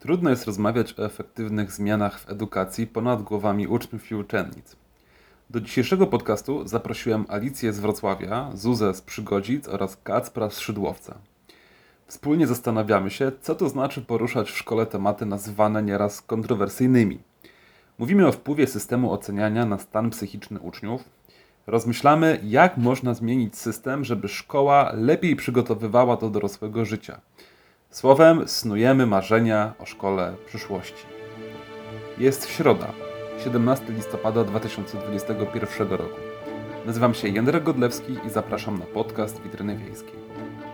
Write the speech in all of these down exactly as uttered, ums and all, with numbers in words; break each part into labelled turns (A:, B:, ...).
A: Trudno jest rozmawiać o efektywnych zmianach w edukacji ponad głowami uczniów i uczennic. Do dzisiejszego podcastu zaprosiłem Alicję z Wrocławia, Zuzę z Przygodzic oraz Kacpra z Szydłowca. Wspólnie zastanawiamy się, co to znaczy poruszać w szkole tematy nazywane nieraz kontrowersyjnymi. Mówimy o wpływie systemu oceniania na stan psychiczny uczniów. Rozmyślamy, jak można zmienić system, żeby szkoła lepiej przygotowywała do dorosłego życia. Słowem, snujemy marzenia o szkole przyszłości. Jest środa, siedemnastego listopada dwa tysiące dwudziestego pierwszego roku. Nazywam się Jędrek Godlewski i zapraszam na podcast Witryny Wiejskiej.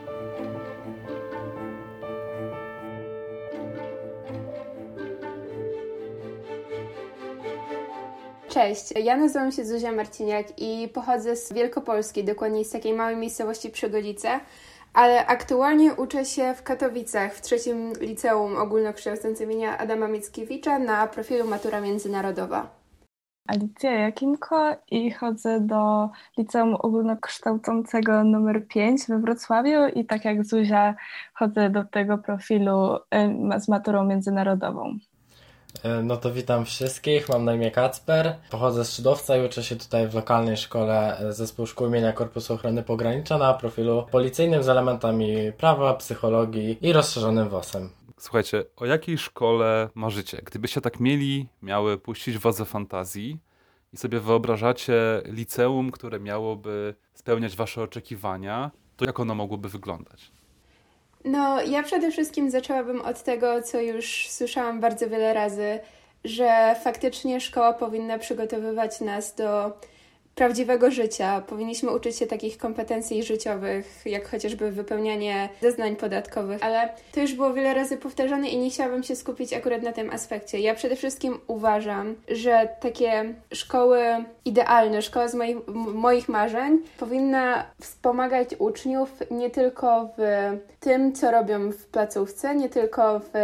B: Cześć, ja nazywam się Zuzia Marciniak i pochodzę z Wielkopolski, dokładniej z takiej małej miejscowości Przygodzice, ale aktualnie uczę się w Katowicach w trzecim liceum ogólnokształcącym imienia Adama Mickiewicza na profilu Matura Międzynarodowa.
C: Alicja Jakinko i chodzę do Liceum Ogólnokształcącego numer pięć we Wrocławiu i tak jak Zuzia chodzę do tego profilu y, z maturą międzynarodową.
D: No to witam wszystkich, mam na imię Kacper, pochodzę z Szydłowca i uczę się tutaj w lokalnej szkole Zespół Szkół imienia Korpusu Ochrony Pogranicza na profilu policyjnym z elementami prawa, psychologii i rozszerzonym W O S-em.
A: Słuchajcie, o jakiej szkole marzycie? Gdybyście tak mieli, miały puścić wodze fantazji i sobie wyobrażacie liceum, które miałoby spełniać wasze oczekiwania, to jak ono mogłoby wyglądać?
B: No, ja przede wszystkim zaczęłabym od tego, co już słyszałam bardzo wiele razy, że faktycznie szkoła powinna przygotowywać nas do prawdziwego życia. Powinniśmy uczyć się takich kompetencji życiowych, jak chociażby wypełnianie zeznań podatkowych, ale to już było wiele razy powtarzane i nie chciałabym się skupić akurat na tym aspekcie. Ja przede wszystkim uważam, że takie szkoły idealne, szkoła z moich, moich marzeń powinna wspomagać uczniów nie tylko w tym, co robią w placówce, nie tylko w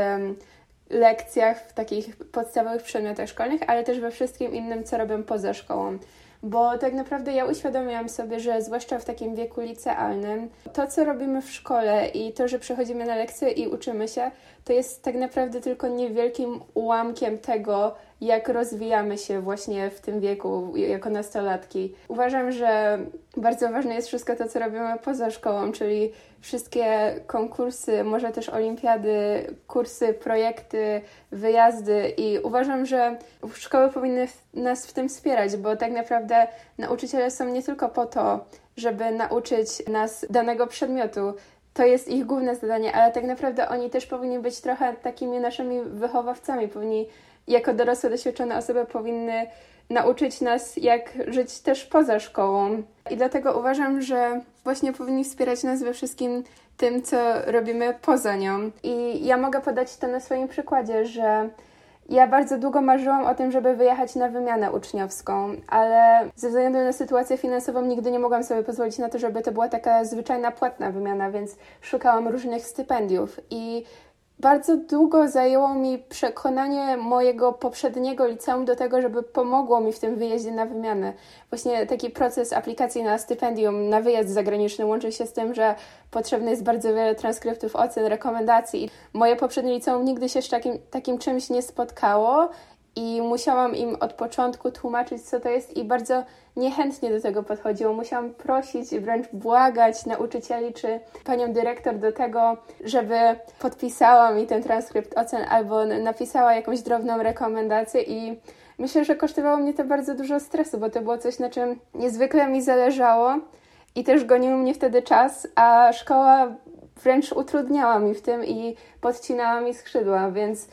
B: lekcjach, w takich podstawowych przedmiotach szkolnych, ale też we wszystkim innym, co robią poza szkołą. Bo tak naprawdę ja uświadomiłam sobie, że zwłaszcza w takim wieku licealnym, to co robimy w szkole i to, że przychodzimy na lekcje i uczymy się, to jest tak naprawdę tylko niewielkim ułamkiem tego, jak rozwijamy się właśnie w tym wieku jako nastolatki. Uważam, że bardzo ważne jest wszystko to, co robimy poza szkołą, czyli wszystkie konkursy, może też olimpiady, kursy, projekty, wyjazdy i uważam, że szkoły powinny nas w tym wspierać, bo tak naprawdę nauczyciele są nie tylko po to, żeby nauczyć nas danego przedmiotu. To jest ich główne zadanie, ale tak naprawdę oni też powinni być trochę takimi naszymi wychowawcami, powinni jako dorosłe, doświadczone osoby powinny nauczyć nas, jak żyć też poza szkołą. I dlatego uważam, że właśnie powinni wspierać nas we wszystkim tym, co robimy poza nią. I ja mogę podać to na swoim przykładzie, że ja bardzo długo marzyłam o tym, żeby wyjechać na wymianę uczniowską, ale ze względu na sytuację finansową nigdy nie mogłam sobie pozwolić na to, żeby to była taka zwyczajna, płatna wymiana, więc szukałam różnych stypendiów i bardzo długo zajęło mi przekonanie mojego poprzedniego liceum do tego, żeby pomogło mi w tym wyjeździe na wymianę. Właśnie taki proces aplikacji na stypendium, na wyjazd zagraniczny łączy się z tym, że potrzebne jest bardzo wiele transkryptów, ocen, rekomendacji. Moje poprzednie liceum nigdy się z takim, takim czymś nie spotkało i musiałam im od początku tłumaczyć, co to jest i bardzo niechętnie do tego podchodziło. Musiałam prosić, wręcz błagać nauczycieli czy panią dyrektor do tego, żeby podpisała mi ten transkrypt ocen albo napisała jakąś drobną rekomendację i myślę, że kosztowało mnie to bardzo dużo stresu, bo to było coś, na czym niezwykle mi zależało i też gonił mnie wtedy czas, a szkoła wręcz utrudniała mi w tym i podcinała mi skrzydła, więc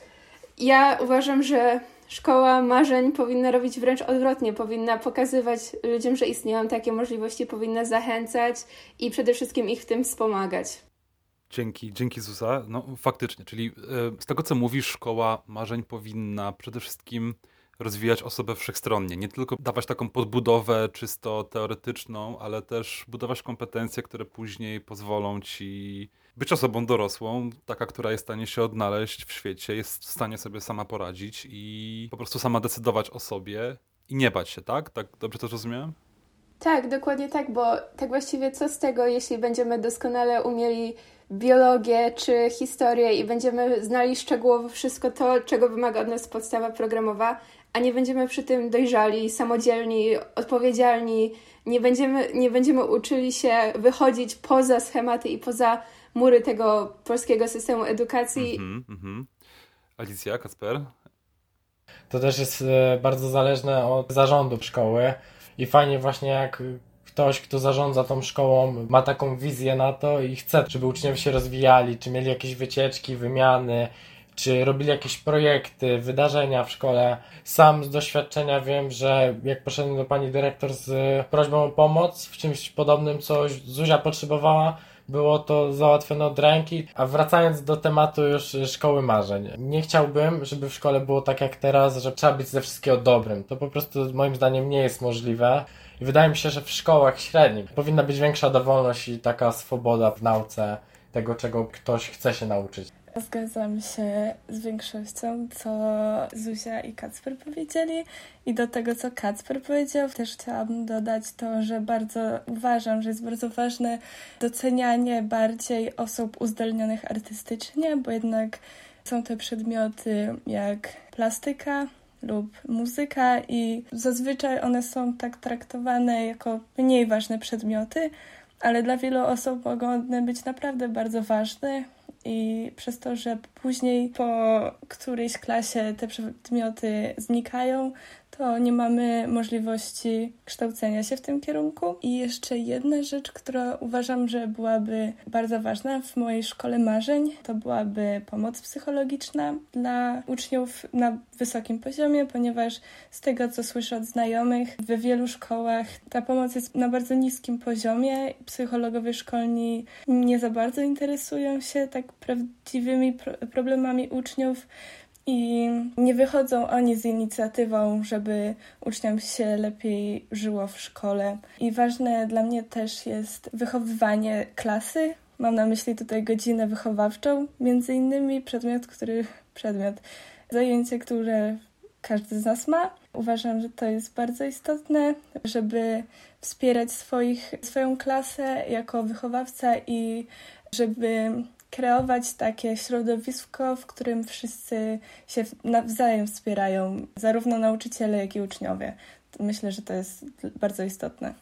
B: ja uważam, że szkoła marzeń powinna robić wręcz odwrotnie, powinna pokazywać ludziom, że istnieją takie możliwości, powinna zachęcać i przede wszystkim ich w tym wspomagać.
A: Dzięki, dzięki Zuza. No faktycznie, czyli y, z tego co mówisz, szkoła marzeń powinna przede wszystkim rozwijać osobę wszechstronnie, nie tylko dawać taką podbudowę czysto teoretyczną, ale też budować kompetencje, które później pozwolą ci być osobą dorosłą, taka, która jest w stanie się odnaleźć w świecie, jest w stanie sobie sama poradzić i po prostu sama decydować o sobie i nie bać się, tak? Tak dobrze to zrozumiałem?
B: Tak, dokładnie tak, bo tak właściwie co z tego, jeśli będziemy doskonale umieli biologię czy historię i będziemy znali szczegółowo wszystko to, czego wymaga od nas podstawa programowa, a nie będziemy przy tym dojrzali, samodzielni, odpowiedzialni, nie będziemy, nie będziemy uczyli się wychodzić poza schematy i poza mury tego polskiego systemu edukacji.
A: Mhm, mhm. Alicja, Kacper?
D: To też jest e, bardzo zależne od zarządu szkoły i fajnie właśnie jak ktoś, kto zarządza tą szkołą, ma taką wizję na to i chce, żeby uczniowie się rozwijali, czy mieli jakieś wycieczki, wymiany, czy robili jakieś projekty, wydarzenia w szkole. Sam z doświadczenia wiem, że jak poszedłem do pani dyrektor z prośbą o pomoc w czymś podobnym, co Zuzia potrzebowała, było to załatwione od ręki. A wracając do tematu już szkoły marzeń. Nie chciałbym, żeby w szkole było tak jak teraz, że trzeba być ze wszystkiego dobrym. To po prostu moim zdaniem nie jest możliwe. I wydaje mi się, że w szkołach średnich powinna być większa dowolność i taka swoboda w nauce tego, czego ktoś chce się nauczyć.
C: Zgadzam się z większością, co Zuzia i Kacper powiedzieli. I do tego, co Kacper powiedział, też chciałam dodać to, że bardzo uważam, że jest bardzo ważne docenianie bardziej osób uzdolnionych artystycznie, bo jednak są to przedmioty jak plastyka lub muzyka i zazwyczaj one są tak traktowane jako mniej ważne przedmioty, ale dla wielu osób mogą one być naprawdę bardzo ważne. I przez to, że później po którejś klasie te przedmioty znikają, to nie mamy możliwości kształcenia się w tym kierunku. I jeszcze jedna rzecz, która uważam, że byłaby bardzo ważna w mojej szkole marzeń, to byłaby pomoc psychologiczna dla uczniów na wysokim poziomie, ponieważ z tego, co słyszę od znajomych, we wielu szkołach ta pomoc jest na bardzo niskim poziomie. Psychologowie szkolni nie za bardzo interesują się tak prawdziwymi pro- problemami uczniów, i nie wychodzą oni z inicjatywą, żeby uczniom się lepiej żyło w szkole. I ważne dla mnie też jest wychowywanie klasy. Mam na myśli tutaj godzinę wychowawczą, między innymi przedmiot, który, przedmiot, zajęcie, które każdy z nas ma. Uważam, że to jest bardzo istotne, żeby wspierać swoich, swoją klasę jako wychowawca i żeby kreować takie środowisko, w którym wszyscy się nawzajem wspierają, zarówno nauczyciele, jak i uczniowie. Myślę, że to jest bardzo istotne.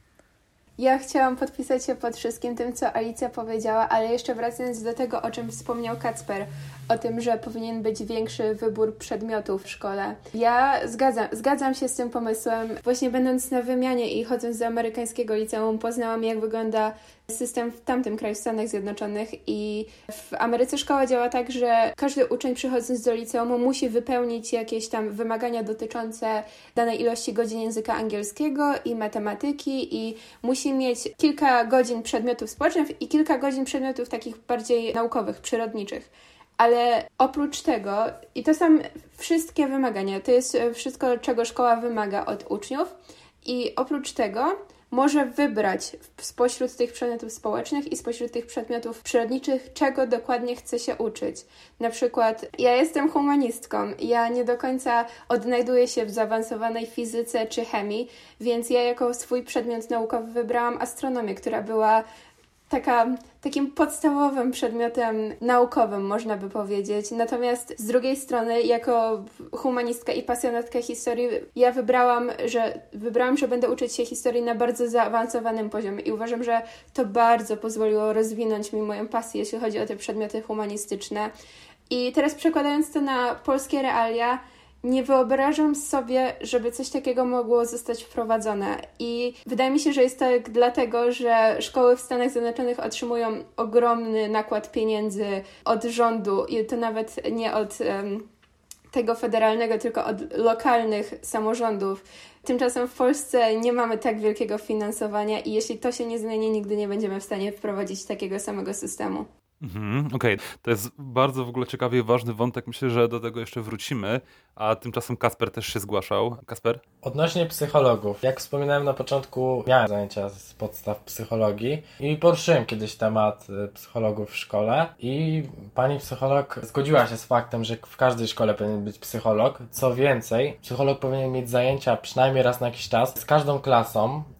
B: Ja chciałam podpisać się pod wszystkim tym, co Alicja powiedziała, ale jeszcze wracając do tego, o czym wspomniał Kacper, o tym, że powinien być większy wybór przedmiotów w szkole. Ja zgadzam, zgadzam się z tym pomysłem. Właśnie będąc na wymianie i chodząc do amerykańskiego liceum, poznałam, jak wygląda system w tamtym kraju, w Stanach Zjednoczonych, i w Ameryce szkoła działa tak, że każdy uczeń przychodząc do liceum musi wypełnić jakieś tam wymagania dotyczące danej ilości godzin języka angielskiego i matematyki i musi mieć kilka godzin przedmiotów społecznych i kilka godzin przedmiotów takich bardziej naukowych, przyrodniczych. Ale oprócz tego, i to są wszystkie wymagania, to jest wszystko, czego szkoła wymaga od uczniów, i oprócz tego może wybrać spośród tych przedmiotów społecznych i spośród tych przedmiotów przyrodniczych, czego dokładnie chce się uczyć. Na przykład ja jestem humanistką, ja nie do końca odnajduję się w zaawansowanej fizyce czy chemii, więc ja jako swój przedmiot naukowy wybrałam astronomię, która była taka, takim podstawowym przedmiotem naukowym, można by powiedzieć. Natomiast z drugiej strony, jako humanistka i pasjonatka historii, ja wybrałam, że wybrałam, że będę uczyć się historii na bardzo zaawansowanym poziomie i uważam, że to bardzo pozwoliło rozwinąć mi moją pasję, jeśli chodzi o te przedmioty humanistyczne. I teraz przekładając to na polskie realia, nie wyobrażam sobie, żeby coś takiego mogło zostać wprowadzone. I wydaje mi się, że jest tak dlatego, że szkoły w Stanach Zjednoczonych otrzymują ogromny nakład pieniędzy od rządu i to nawet nie od um, tego federalnego, tylko od lokalnych samorządów. Tymczasem w Polsce nie mamy tak wielkiego finansowania i jeśli to się nie zmieni, nigdy nie będziemy w stanie wprowadzić takiego samego systemu.
A: Mhm, okej, okay. To jest bardzo w ogóle ciekawy i ważny wątek. Myślę, że do tego jeszcze wrócimy, a tymczasem Kacper też się zgłaszał. Kacper?
D: Odnośnie psychologów. Jak wspominałem na początku, miałem zajęcia z podstaw psychologii i poruszyłem kiedyś temat psychologów w szkole i pani psycholog zgodziła się z faktem, że w każdej szkole powinien być psycholog. Co więcej, psycholog powinien mieć zajęcia przynajmniej raz na jakiś czas z każdą klasą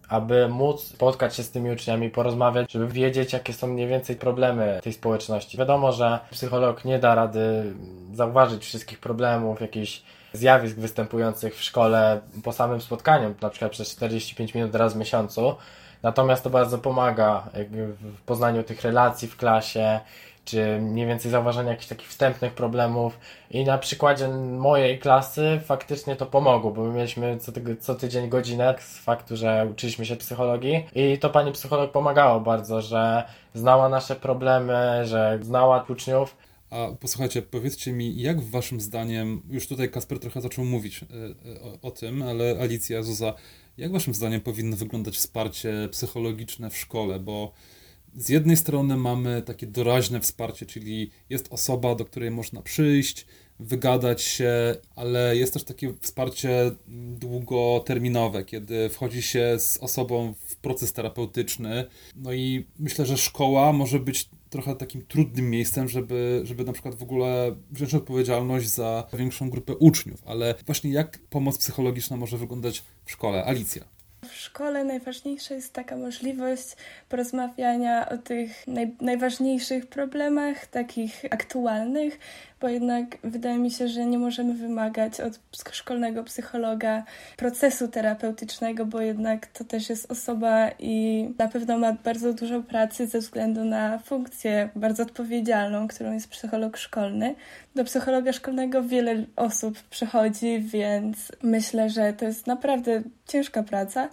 D: aby móc spotkać się z tymi uczniami, porozmawiać, żeby wiedzieć, jakie są mniej więcej problemy tej społeczności. Wiadomo, że psycholog nie da rady zauważyć wszystkich problemów, jakichś zjawisk występujących w szkole po samym spotkaniu, na przykład przez czterdzieści pięć minut raz w miesiącu. Natomiast to bardzo pomaga jakby w poznaniu tych relacji w klasie, czy mniej więcej zauważenia jakichś takich wstępnych problemów. I na przykładzie mojej klasy faktycznie to pomogło, bo my mieliśmy co, tyg- co tydzień godzinę z faktu, że uczyliśmy się psychologii i to pani psycholog pomagało bardzo, że znała nasze problemy, że znała uczniów.
A: A posłuchajcie, powiedzcie mi, jak waszym zdaniem, już tutaj Kacper trochę zaczął mówić y, y, o, o tym, ale Alicja, Zuza, jak waszym zdaniem powinno wyglądać wsparcie psychologiczne w szkole? Bo z jednej strony mamy takie doraźne wsparcie, czyli jest osoba, do której można przyjść, wygadać się, ale jest też takie wsparcie długoterminowe, kiedy wchodzi się z osobą w proces terapeutyczny. No i myślę, że szkoła może być trochę takim trudnym miejscem, żeby, żeby na przykład w ogóle wziąć odpowiedzialność za większą grupę uczniów. Ale właśnie jak pomoc psychologiczna może wyglądać w szkole? Alicja.
C: W szkole najważniejsza jest taka możliwość porozmawiania o tych naj, najważniejszych problemach, takich aktualnych, bo jednak wydaje mi się, że nie możemy wymagać od szkolnego psychologa procesu terapeutycznego, bo jednak to też jest osoba i na pewno ma bardzo dużo pracy ze względu na funkcję bardzo odpowiedzialną, którą jest psycholog szkolny. Do psychologa szkolnego wiele osób przychodzi, więc myślę, że to jest naprawdę ciężka praca.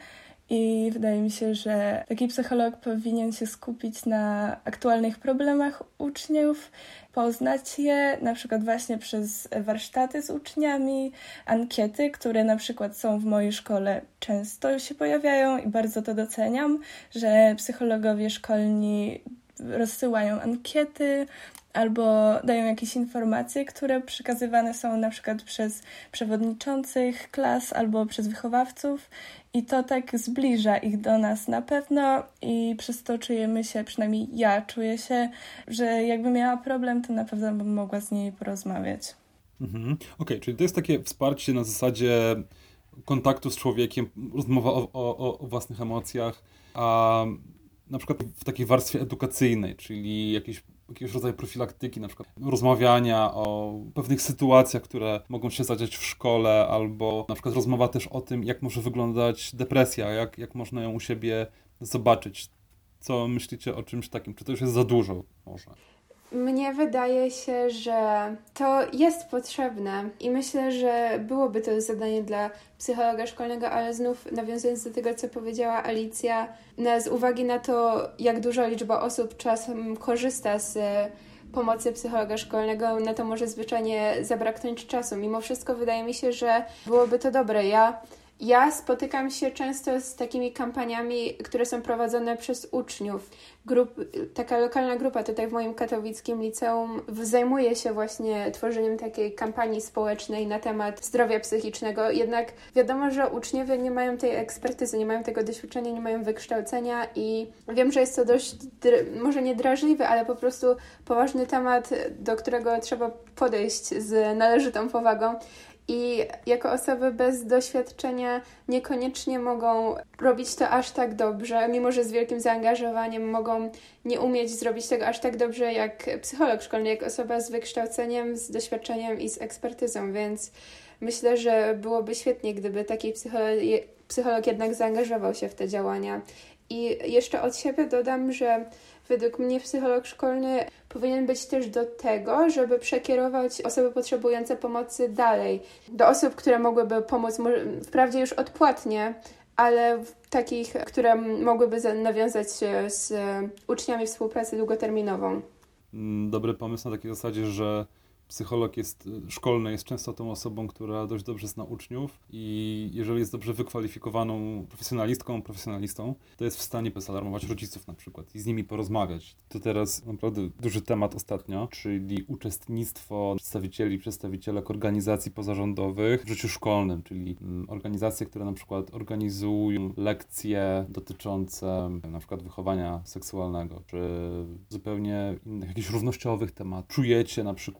C: I wydaje mi się, że taki psycholog powinien się skupić na aktualnych problemach uczniów, poznać je na przykład właśnie przez warsztaty z uczniami, ankiety, które na przykład są w mojej szkole, często się pojawiają i bardzo to doceniam, że psychologowie szkolni rozsyłają ankiety albo dają jakieś informacje, które przekazywane są na przykład przez przewodniczących klas albo przez wychowawców i to tak zbliża ich do nas na pewno i przez to czujemy się, przynajmniej ja czuję się, że jakby miała problem, to na pewno bym mogła z niej porozmawiać.
A: Mhm. Okej, okay, czyli to jest takie wsparcie na zasadzie kontaktu z człowiekiem, rozmowa o, o, o własnych emocjach, a na przykład w takiej warstwie edukacyjnej, czyli jakieś, jakiegoś rodzaju profilaktyki, na przykład rozmawiania o pewnych sytuacjach, które mogą się zadziać w szkole, albo na przykład rozmowa też o tym, jak może wyglądać depresja, jak, jak można ją u siebie zobaczyć. Co myślicie o czymś takim? Czy to już jest za dużo może?
B: Mnie wydaje się, że to jest potrzebne i myślę, że byłoby to zadanie dla psychologa szkolnego, ale znów nawiązując do tego, co powiedziała Alicja, na, z uwagi na to, jak duża liczba osób czasem korzysta z pomocy psychologa szkolnego, na to może zwyczajnie zabraknąć czasu. Mimo wszystko wydaje mi się, że byłoby to dobre. Ja Ja spotykam się często z takimi kampaniami, które są prowadzone przez uczniów. Grup, taka lokalna grupa tutaj w moim katowickim liceum zajmuje się właśnie tworzeniem takiej kampanii społecznej na temat zdrowia psychicznego. Jednak wiadomo, że uczniowie nie mają tej ekspertyzy, nie mają tego doświadczenia, nie mają wykształcenia i wiem, że jest to dość, może nie drażliwy, ale po prostu poważny temat, do którego trzeba podejść z należytą powagą. I jako osoby bez doświadczenia niekoniecznie mogą robić to aż tak dobrze, mimo że z wielkim zaangażowaniem mogą nie umieć zrobić tego aż tak dobrze jak psycholog szkolny, jak osoba z wykształceniem, z doświadczeniem i z ekspertyzą, więc myślę, że byłoby świetnie, gdyby taki psycholog, psycholog jednak zaangażował się w te działania. I jeszcze od siebie dodam, że według mnie psycholog szkolny powinien być też do tego, żeby przekierować osoby potrzebujące pomocy dalej. Do osób, które mogłyby pomóc, wprawdzie już odpłatnie, ale takich, które mogłyby nawiązać z uczniami współpracę długoterminową.
A: Dobry pomysł na takiej zasadzie, że psycholog jest, szkolny jest często tą osobą, która dość dobrze zna uczniów i jeżeli jest dobrze wykwalifikowaną profesjonalistką, profesjonalistą, to jest w stanie zalarmować rodziców na przykład i z nimi porozmawiać. To teraz naprawdę duży temat ostatnio, czyli uczestnictwo przedstawicieli, przedstawicielek organizacji pozarządowych w życiu szkolnym, czyli organizacje, które na przykład organizują lekcje dotyczące na przykład wychowania seksualnego, czy zupełnie innych, jakichś równościowych tematów. Czujecie na przykład, że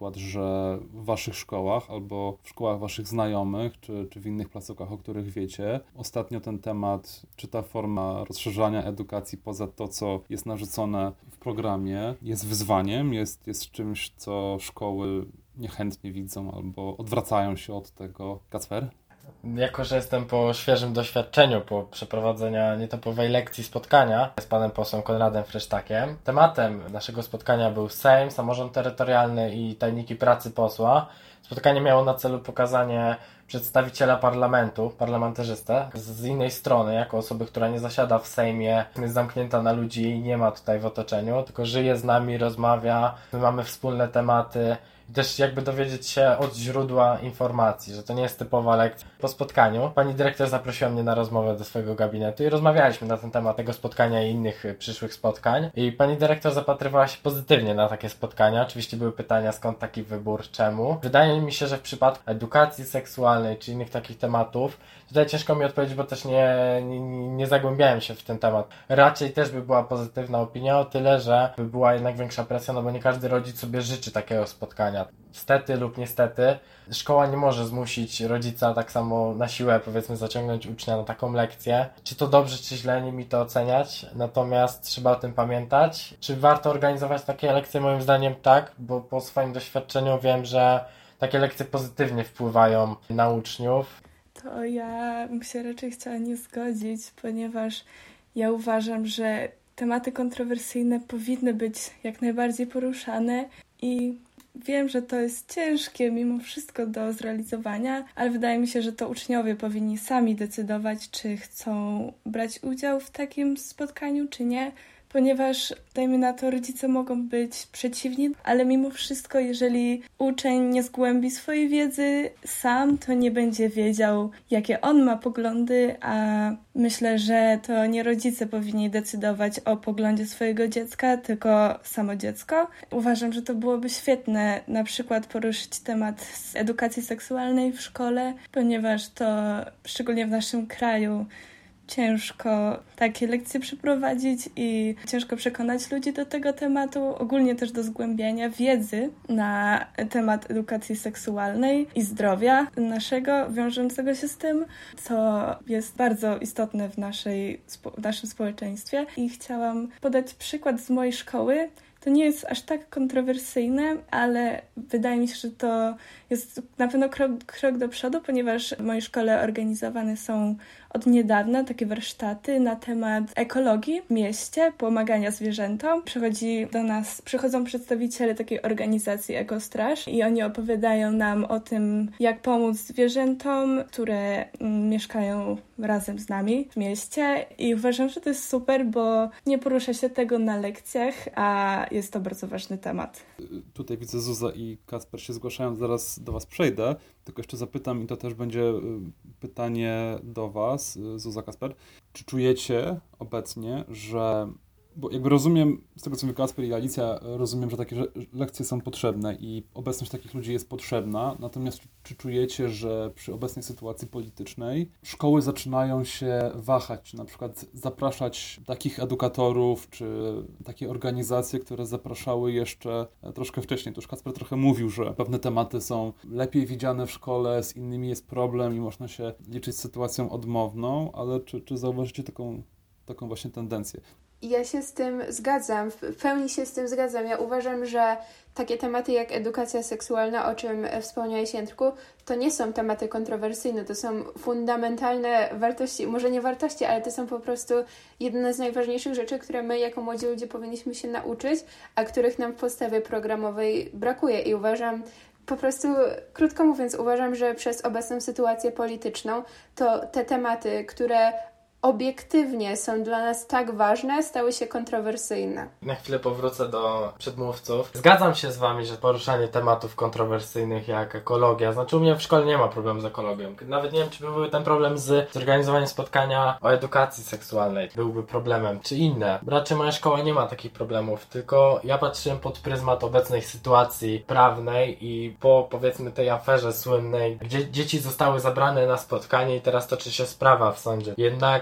A: że w waszych szkołach albo w szkołach waszych znajomych, czy, czy w innych placówkach, o których wiecie, ostatnio ten temat, czy ta forma rozszerzania edukacji poza to, co jest narzucone w programie, jest wyzwaniem, jest, jest czymś, co szkoły niechętnie widzą albo odwracają się od tego. Kacper?
D: Jako, że jestem po świeżym doświadczeniu, po przeprowadzeniu nietypowej lekcji spotkania z panem posłem Konradem Frysztakiem, tematem naszego spotkania był Sejm, samorząd terytorialny i tajniki pracy posła. Spotkanie miało na celu pokazanie przedstawiciela parlamentu, parlamentarzystę, z innej strony, jako osoby, która nie zasiada w Sejmie, jest zamknięta na ludzi i nie ma tutaj w otoczeniu, tylko żyje z nami, rozmawia, my mamy wspólne tematy. I też jakby dowiedzieć się od źródła informacji, że to nie jest typowa lekcja. Po spotkaniu pani dyrektor zaprosiła mnie na rozmowę do swojego gabinetu i rozmawialiśmy na ten temat tego spotkania i innych przyszłych spotkań. I pani dyrektor zapatrywała się pozytywnie na takie spotkania. Oczywiście były pytania, skąd taki wybór, czemu. Wydaje mi się, że w przypadku edukacji seksualnej czy innych takich tematów, tutaj ciężko mi odpowiedzieć, bo też nie, nie, nie zagłębiałem się w ten temat. Raczej też by była pozytywna opinia, o tyle, że by była jednak większa presja, no bo nie każdy rodzic sobie życzy takiego spotkania. Stety lub niestety, szkoła nie może zmusić rodzica tak samo na siłę, powiedzmy, zaciągnąć ucznia na taką lekcję. Czy to dobrze, czy źle, nie mi to oceniać, natomiast trzeba o tym pamiętać. Czy warto organizować takie lekcje? Moim zdaniem tak, bo po swoim doświadczeniu wiem, że takie lekcje pozytywnie wpływają na uczniów.
C: To ja bym się raczej chciała nie zgodzić, ponieważ ja uważam, że tematy kontrowersyjne powinny być jak najbardziej poruszane i wiem, że to jest ciężkie mimo wszystko do zrealizowania, ale wydaje mi się, że to uczniowie powinni sami decydować, czy chcą brać udział w takim spotkaniu, czy nie, ponieważ, dajmy na to, rodzice mogą być przeciwni, ale mimo wszystko, jeżeli uczeń nie zgłębi swojej wiedzy sam, to nie będzie wiedział, jakie on ma poglądy, a myślę, że to nie rodzice powinni decydować o poglądzie swojego dziecka, tylko samo dziecko. Uważam, że to byłoby świetne na przykład poruszyć temat edukacji seksualnej w szkole, ponieważ to szczególnie w naszym kraju ciężko takie lekcje przeprowadzić i ciężko przekonać ludzi do tego tematu, ogólnie też do zgłębiania wiedzy na temat edukacji seksualnej i zdrowia naszego, wiążącego się z tym, co jest bardzo istotne w, naszej, w naszym społeczeństwie. I chciałam podać przykład z mojej szkoły. To nie jest aż tak kontrowersyjne, ale wydaje mi się, że to jest na pewno krok, krok do przodu, ponieważ w mojej szkole organizowane są od niedawna takie warsztaty na temat ekologii w mieście, pomagania zwierzętom. Przychodzi do nas, przychodzą przedstawiciele takiej organizacji Ekostraż i oni opowiadają nam o tym, jak pomóc zwierzętom, które mm, mieszkają razem z nami w mieście i uważam, że to jest super, bo nie porusza się tego na lekcjach, a jest to bardzo ważny temat.
A: Tutaj widzę, Zuza i Kacper się zgłaszają, zaraz do was przejdę, tylko jeszcze zapytam i to też będzie pytanie do was, Zuza, Kacper. Czy czujecie obecnie, że, bo jakby rozumiem, z tego co mówi Kacper i Alicja, rozumiem, że takie lekcje są potrzebne i obecność takich ludzi jest potrzebna, natomiast czy, czy czujecie, że przy obecnej sytuacji politycznej szkoły zaczynają się wahać, czy na przykład zapraszać takich edukatorów, czy takie organizacje, które zapraszały jeszcze troszkę wcześniej. To już Kacper trochę mówił, że pewne tematy są lepiej widziane w szkole, z innymi jest problem i można się liczyć z sytuacją odmowną, ale czy, czy zauważycie taką, taką właśnie tendencję?
B: Ja się z tym zgadzam, w pełni się z tym zgadzam. Ja uważam, że takie tematy jak edukacja seksualna, o czym wspomniałeś, Jędrku, to nie są tematy kontrowersyjne, to są fundamentalne wartości, może nie wartości, ale to są po prostu jedne z najważniejszych rzeczy, które my jako młodzi ludzie powinniśmy się nauczyć, a których nam w podstawie programowej brakuje. I uważam, po prostu, krótko mówiąc, uważam, że przez obecną sytuację polityczną to te tematy, które obiektywnie są dla nas tak ważne, stały się kontrowersyjne.
D: Na chwilę powrócę do przedmówców. Zgadzam się z wami, że poruszanie tematów kontrowersyjnych jak ekologia, znaczy u mnie w szkole nie ma problemu z ekologią. Nawet nie wiem, czy byłby ten problem z zorganizowaniem spotkania o edukacji seksualnej. Byłby problemem, czy inne. Raczej moja szkoła nie ma takich problemów, tylko ja patrzyłem pod pryzmat obecnej sytuacji prawnej i po, powiedzmy, tej aferze słynnej, gdzie dzieci zostały zabrane na spotkanie i teraz toczy się sprawa w sądzie. Jednak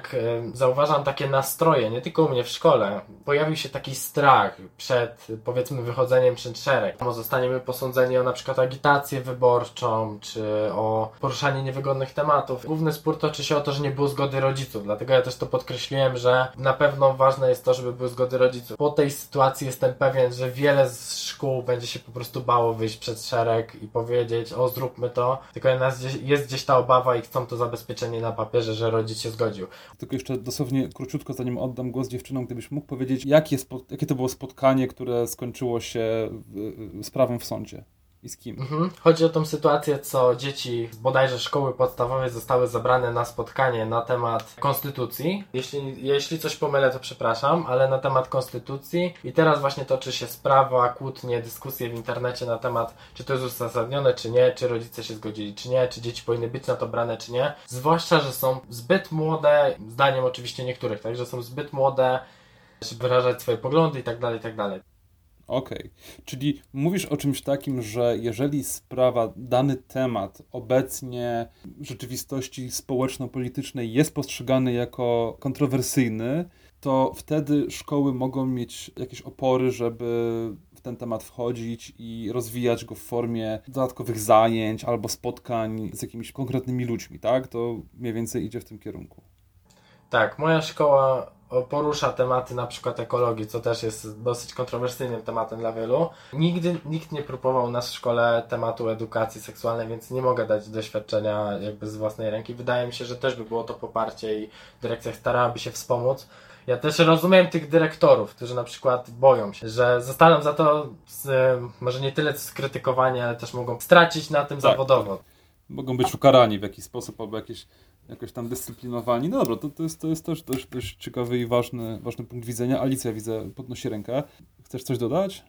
D: tak y, zauważam takie nastroje, nie tylko u mnie w szkole. Pojawił się taki strach przed, powiedzmy, wychodzeniem przed szereg. Zostaniemy posądzeni o na przykład agitację wyborczą, czy o poruszanie niewygodnych tematów. Główny spór toczy się o to, że nie było zgody rodziców, dlatego ja też to podkreśliłem, że na pewno ważne jest to, żeby były zgody rodziców. Po tej sytuacji jestem pewien, że wiele z szkół będzie się po prostu bało wyjść przed szereg i powiedzieć, o zróbmy to, tylko nas jest gdzieś ta obawa i chcą to zabezpieczenie na papierze, że rodzic się zgodził.
A: Tylko jeszcze dosłownie króciutko, zanim oddam głos dziewczynom, gdybyś mógł powiedzieć, jakie, spo, jakie to było spotkanie, które skończyło się sprawą w sądzie i z kim?
D: Mhm. Chodzi o tą sytuację, co dzieci z bodajże szkoły podstawowej zostały zabrane na spotkanie na temat konstytucji. Jeśli, jeśli coś pomylę, to przepraszam, ale na temat konstytucji i teraz właśnie toczy się sprawa, kłótnie, dyskusje w internecie na temat, czy to jest uzasadnione, czy nie, czy rodzice się zgodzili, czy nie, czy dzieci powinny być na to brane, czy nie. Zwłaszcza, że są zbyt młode, zdaniem oczywiście niektórych, tak, że są zbyt młode, żeby wyrażać swoje poglądy i tak dalej, i tak dalej.
A: Okej, okay. Czyli mówisz o czymś takim, że jeżeli sprawa, dany temat obecnie w rzeczywistości społeczno-politycznej jest postrzegany jako kontrowersyjny, to wtedy szkoły mogą mieć jakieś opory, żeby w ten temat wchodzić i rozwijać go w formie dodatkowych zajęć albo spotkań z jakimiś konkretnymi ludźmi, tak? To mniej więcej idzie w tym kierunku.
D: Tak, moja szkoła porusza tematy na przykład ekologii, co też jest dosyć kontrowersyjnym tematem dla wielu. Nigdy nikt nie próbował nas w szkole tematu edukacji seksualnej, więc nie mogę dać doświadczenia jakby z własnej ręki. Wydaje mi się, że też by było to poparcie i dyrekcja starałaby się wspomóc. Ja też rozumiem tych dyrektorów, którzy na przykład boją się, że zostaną za to z, może nie tyle skrytykowani, ale też mogą stracić na tym tak, zawodowo.
A: Tak. Mogą być ukarani w jakiś sposób albo jakieś jakoś tam dyscyplinowani. No dobra, to, to, jest, to jest też dość, dość ciekawy i ważny, ważny punkt widzenia. Alicja, widzę, podnosi rękę. Chcesz coś dodać?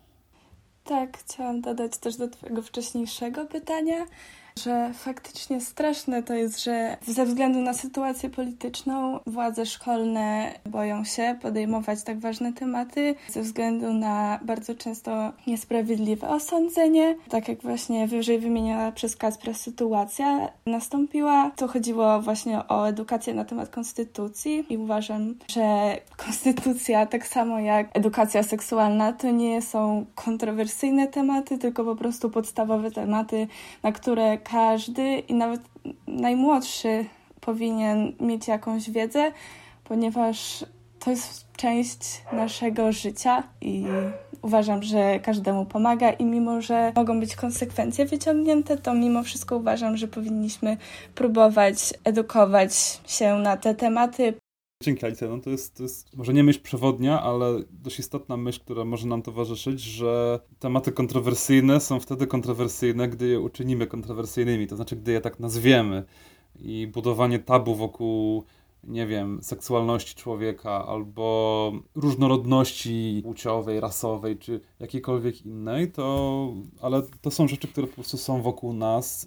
C: Tak, chciałam dodać też do twojego wcześniejszego pytania, że faktycznie straszne to jest, że ze względu na sytuację polityczną władze szkolne boją się podejmować tak ważne tematy ze względu na bardzo często niesprawiedliwe osądzenie. Tak jak właśnie wyżej wymieniona przez Kacpra sytuacja nastąpiła, to chodziło właśnie o edukację na temat konstytucji i uważam, że konstytucja tak samo jak edukacja seksualna to nie są kontrowersyjne tematy, tylko po prostu podstawowe tematy, na które każdy i nawet najmłodszy powinien mieć jakąś wiedzę, ponieważ to jest część naszego życia i uważam, że każdemu pomaga i mimo, że mogą być konsekwencje wyciągnięte, to mimo wszystko uważam, że powinniśmy próbować edukować się na te tematy.
A: Dzięki, Alicja. No to jest, to jest może nie myśl przewodnia, ale dość istotna myśl, która może nam towarzyszyć, że tematy kontrowersyjne są wtedy kontrowersyjne, gdy je uczynimy kontrowersyjnymi, to znaczy gdy je tak nazwiemy. I budowanie tabu wokół, nie wiem, seksualności człowieka albo różnorodności płciowej, rasowej czy jakiejkolwiek innej, to, ale to są rzeczy, które po prostu są wokół nas,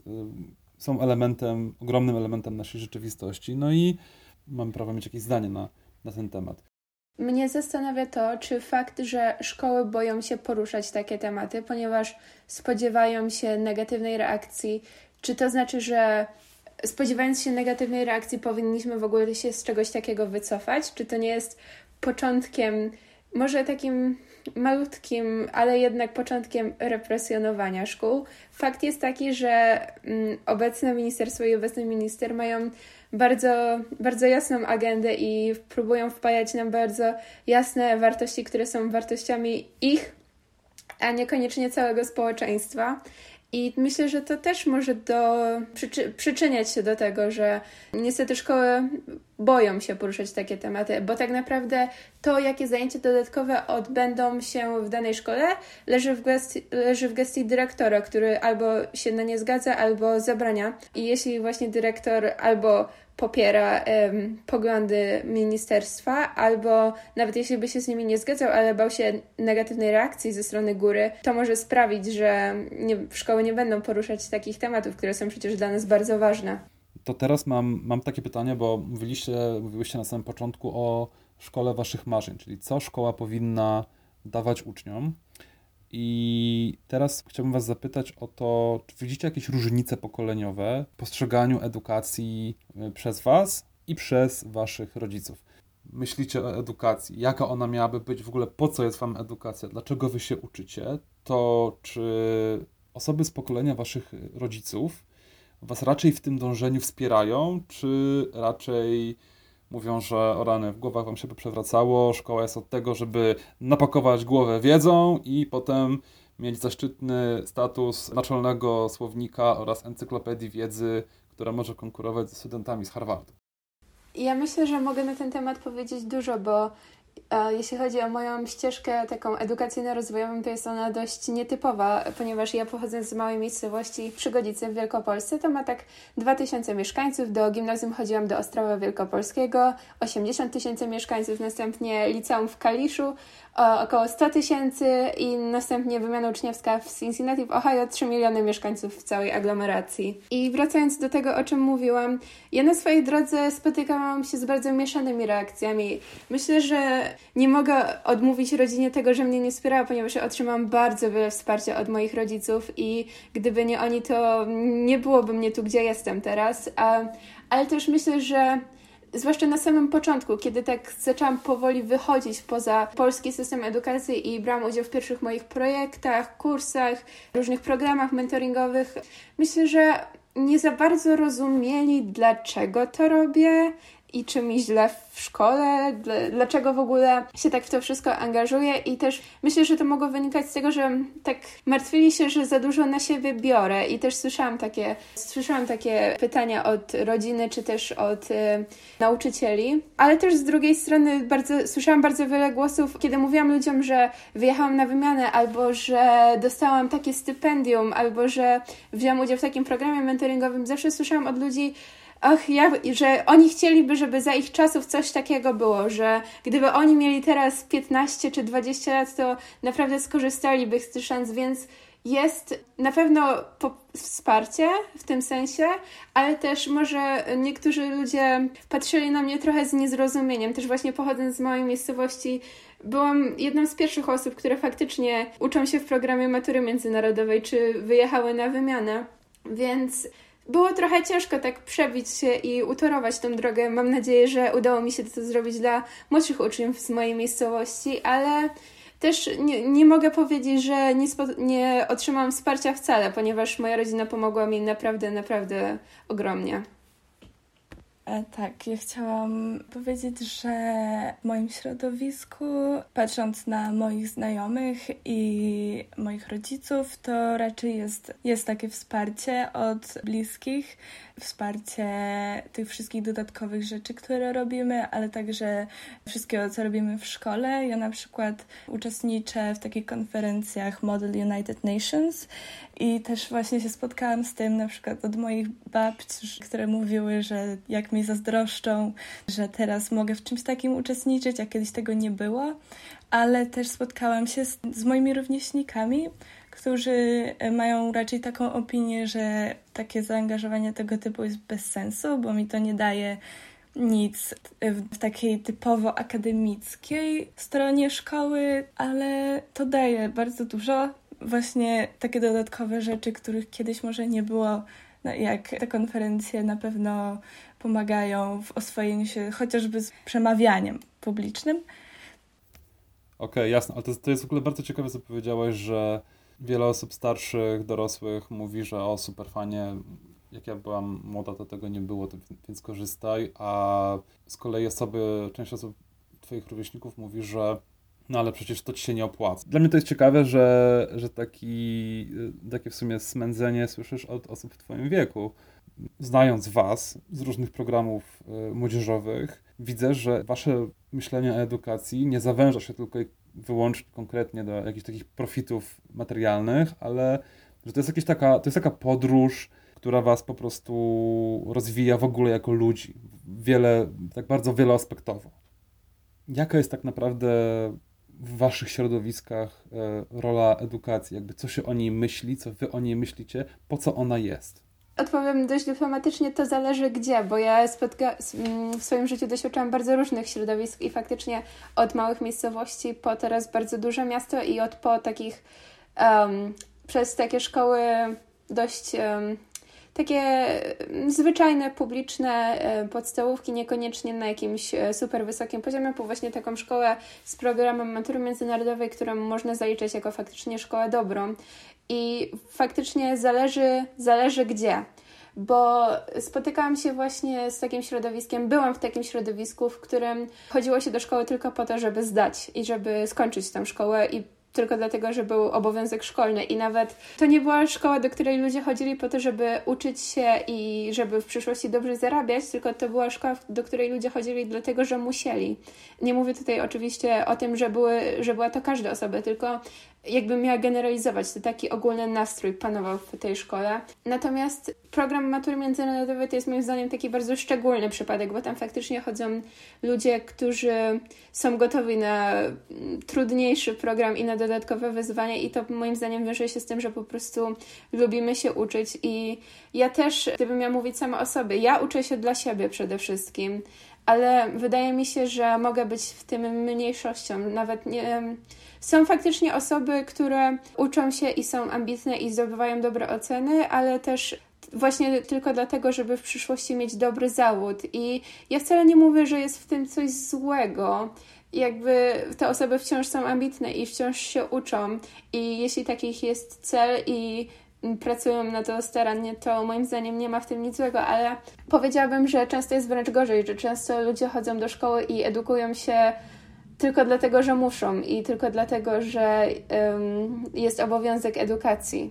A: są elementem, ogromnym elementem naszej rzeczywistości. No i mamy prawo mieć jakieś zdanie na, na ten temat.
B: Mnie zastanawia to, czy fakt, że szkoły boją się poruszać takie tematy, ponieważ spodziewają się negatywnej reakcji, czy to znaczy, że spodziewając się negatywnej reakcji powinniśmy w ogóle się z czegoś takiego wycofać? Czy to nie jest początkiem, może takim malutkim, ale jednak początkiem represjonowania szkół? Fakt jest taki, że mm, obecne ministerstwo i obecny minister mają bardzo, bardzo jasną agendę i próbują wpajać nam bardzo jasne wartości, które są wartościami ich, a niekoniecznie całego społeczeństwa. I myślę, że to też może do, przyczy, przyczyniać się do tego, że niestety szkoły boją się poruszać takie tematy, bo tak naprawdę to, jakie zajęcia dodatkowe odbędą się w danej szkole, leży w gestii, leży w gestii dyrektora, który albo się na nie zgadza, albo zabrania. I jeśli właśnie dyrektor albo popiera um, poglądy ministerstwa, albo nawet jeśli by się z nimi nie zgadzał, ale bał się negatywnej reakcji ze strony góry, to może sprawić, że nie, szkoły nie będą poruszać takich tematów, które są przecież dla nas bardzo ważne.
A: To teraz mam, mam takie pytanie, bo mówiliście, mówiłyście na samym początku o szkole waszych marzeń, czyli co szkoła powinna dawać uczniom. I teraz chciałbym was zapytać o to, czy widzicie jakieś różnice pokoleniowe w postrzeganiu edukacji przez was i przez waszych rodziców. Myślicie o edukacji, jaka ona miałaby być, w ogóle po co jest wam edukacja, dlaczego wy się uczycie, to czy osoby z pokolenia waszych rodziców was raczej w tym dążeniu wspierają, czy raczej mówią, że o rany, w głowach wam się przewracało, szkoła jest od tego, żeby napakować głowę wiedzą i potem mieć zaszczytny status naczelnego słownika oraz encyklopedii wiedzy, która może konkurować ze studentami z Harvardu?
B: Ja myślę, że mogę na ten temat powiedzieć dużo, bo e, jeśli chodzi o moją ścieżkę taką edukacyjno-rozwojową, to jest ona dość nietypowa, ponieważ ja pochodzę z małej miejscowości Przygodzice w Wielkopolsce. To ma tak dwa tysiące mieszkańców. Do gimnazjum chodziłam do Ostrowa Wielkopolskiego, osiemdziesiąt tysięcy mieszkańców, następnie liceum w Kaliszu, o, około sto tysięcy i następnie wymiana uczniowska w Cincinnati w Ohio, trzy miliony mieszkańców w całej aglomeracji. I wracając do tego, o czym mówiłam, ja na swojej drodze spotykałam się z bardzo mieszanymi reakcjami. Myślę, że nie mogę odmówić rodzinie tego, że mnie nie wspierała, ponieważ ja otrzymałam bardzo wiele wsparcia od moich rodziców i gdyby nie oni, to nie byłoby mnie tu, gdzie jestem teraz. A, ale też myślę, że zwłaszcza na samym początku, kiedy tak zaczęłam powoli wychodzić poza polski system edukacji i brałam udział w pierwszych moich projektach, kursach, różnych programach mentoringowych, myślę, że nie za bardzo rozumieli, dlaczego to robię i czy mi źle w szkole, dlaczego w ogóle się tak w to wszystko angażuję i też myślę, że to mogło wynikać z tego, że tak martwili się, że za dużo na siebie biorę i też słyszałam takie, słyszałam takie pytania od rodziny czy też od y, nauczycieli, ale też z drugiej strony bardzo, słyszałam bardzo wiele głosów, kiedy mówiłam ludziom, że wyjechałam na wymianę albo że dostałam takie stypendium albo że wzięłam udział w takim programie mentoringowym, zawsze słyszałam od ludzi, Ach, ja, że oni chcieliby, żeby za ich czasów coś takiego było, że gdyby oni mieli teraz piętnaście czy dwadzieścia lat, to naprawdę skorzystaliby z tych szans, więc jest na pewno po- wsparcie w tym sensie, ale też może niektórzy ludzie patrzyli na mnie trochę z niezrozumieniem. Też właśnie pochodząc z małej miejscowości, byłam jedną z pierwszych osób, które faktycznie uczą się w programie matury międzynarodowej, czy wyjechały na wymianę, więc było trochę ciężko tak przebić się i utorować tą drogę. Mam nadzieję, że udało mi się to zrobić dla młodszych uczniów z mojej miejscowości, ale też nie, nie mogę powiedzieć, że nie, spo, nie otrzymałam wsparcia wcale, ponieważ moja rodzina pomogła mi naprawdę, naprawdę ogromnie.
C: E, tak, ja chciałam powiedzieć, że w moim środowisku, patrząc na moich znajomych i moich rodziców, to raczej jest, jest takie wsparcie od bliskich, wsparcie tych wszystkich dodatkowych rzeczy, które robimy, ale także wszystkiego, co robimy w szkole. Ja na przykład uczestniczę w takich konferencjach Model United Nations i też właśnie się spotkałam z tym na przykład od moich babci, które mówiły, że jak mi zazdroszczą, że teraz mogę w czymś takim uczestniczyć, a kiedyś tego nie było, ale też spotkałam się z, z moimi rówieśnikami, którzy mają raczej taką opinię, że takie zaangażowanie tego typu jest bez sensu, bo mi to nie daje nic w takiej typowo akademickiej stronie szkoły, ale to daje bardzo dużo, właśnie takie dodatkowe rzeczy, których kiedyś może nie było, no jak te konferencje na pewno pomagają w oswojeniu się chociażby z przemawianiem publicznym.
A: Okej, okay, jasne, ale to, to jest w ogóle bardzo ciekawe, co powiedziałaś, że wiele osób starszych, dorosłych mówi, że o super fajnie, jak ja byłam młoda, to tego nie było, to, więc korzystaj, a z kolei osoby, część osób, twoich rówieśników mówi, że no ale przecież to ci się nie opłaca. Dla mnie to jest ciekawe, że, że taki, takie w sumie smędzenie słyszysz od osób w twoim wieku. Znając was z różnych programów y, młodzieżowych, widzę, że wasze myślenie o edukacji nie zawęża się tylko i wyłącznie konkretnie do jakichś takich profitów materialnych, ale że to jest jakaś taka, to jest taka podróż, która was po prostu rozwija w ogóle jako ludzi. Wiele, tak bardzo wieloaspektowo. Jaka jest tak naprawdę w waszych środowiskach y, rola edukacji? Jakby co się o niej myśli, co wy o niej myślicie, po co ona jest?
B: Odpowiem dość dyplomatycznie, to zależy gdzie, bo ja spotka- w swoim życiu doświadczałam bardzo różnych środowisk i faktycznie od małych miejscowości po teraz bardzo duże miasto i od po takich um, przez takie szkoły dość um, takie zwyczajne, publiczne podstawówki, niekoniecznie na jakimś super wysokim poziomie, po właśnie taką szkołę z programem matury międzynarodowej, którą można zaliczać jako faktycznie szkołę dobrą. I faktycznie zależy, zależy gdzie. Bo spotykałam się właśnie z takim środowiskiem, byłam w takim środowisku, w którym chodziło się do szkoły tylko po to, żeby zdać i żeby skończyć tę szkołę i tylko dlatego, że był obowiązek szkolny i nawet to nie była szkoła, do której ludzie chodzili po to, żeby uczyć się i żeby w przyszłości dobrze zarabiać, tylko to była szkoła, do której ludzie chodzili dlatego, że musieli. Nie mówię tutaj oczywiście o tym, że, były, że była to każda osoba, tylko jakbym miała generalizować, to taki ogólny nastrój panował w tej szkole. Natomiast program matury międzynarodowej to jest moim zdaniem taki bardzo szczególny przypadek, bo tam faktycznie chodzą ludzie, którzy są gotowi na trudniejszy program i na dodatkowe wyzwania i to moim zdaniem wiąże się z tym, że po prostu lubimy się uczyć i ja też, gdybym miała mówić sama o sobie, ja uczę się dla siebie przede wszystkim, ale wydaje mi się, że mogę być w tym mniejszością. Nawet nie... Są faktycznie osoby, które uczą się i są ambitne i zdobywają dobre oceny, ale też właśnie tylko dlatego, żeby w przyszłości mieć dobry zawód. I ja wcale nie mówię, że jest w tym coś złego. Jakby te osoby wciąż są ambitne i wciąż się uczą. I jeśli takich jest cel i pracują na to starannie, to moim zdaniem nie ma w tym nic złego, ale powiedziałabym, że często jest wręcz gorzej, że często ludzie chodzą do szkoły i edukują się tylko dlatego, że muszą i tylko dlatego, że um, jest obowiązek edukacji.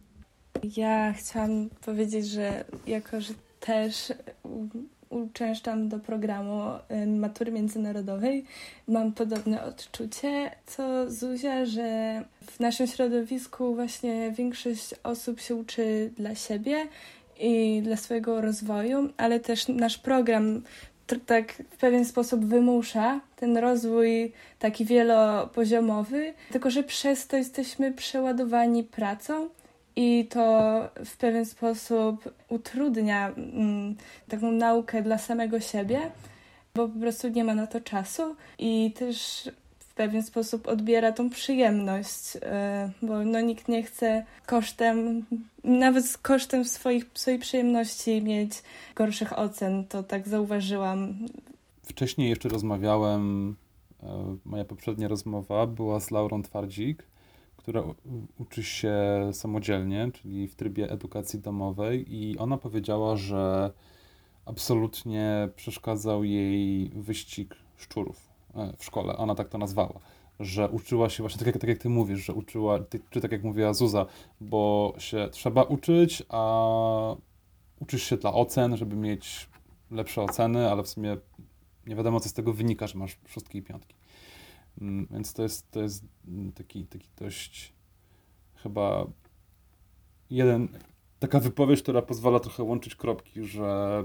C: Ja chciałam powiedzieć, że jako, że też uczęszczam do programu matury międzynarodowej, mam podobne odczucie co Zuzia, że w naszym środowisku właśnie większość osób się uczy dla siebie i dla swojego rozwoju, ale też nasz program tak w pewien sposób wymusza ten rozwój taki wielopoziomowy, tylko że przez to jesteśmy przeładowani pracą i to w pewien sposób utrudnia mm, taką naukę dla samego siebie, bo po prostu nie ma na to czasu i też w pewien sposób odbiera tą przyjemność, bo no, nikt nie chce kosztem, nawet z kosztem swoich, swojej przyjemności mieć gorszych ocen, to tak zauważyłam.
A: Wcześniej jeszcze rozmawiałem, moja poprzednia rozmowa była z Laurą Twardzik, która uczy się samodzielnie, czyli w trybie edukacji domowej i ona powiedziała, że absolutnie przeszkadzał jej wyścig szczurów w szkole, ona tak to nazwała, że uczyła się właśnie, tak jak, tak jak ty mówisz, że uczyła, ty, czy tak jak mówiła Zuza, bo się trzeba uczyć, a uczysz się dla ocen, żeby mieć lepsze oceny, ale w sumie nie wiadomo, co z tego wynika, że masz szóstki i piątki. Więc to jest, to jest taki, taki dość chyba jeden, taka wypowiedź, która pozwala trochę łączyć kropki, że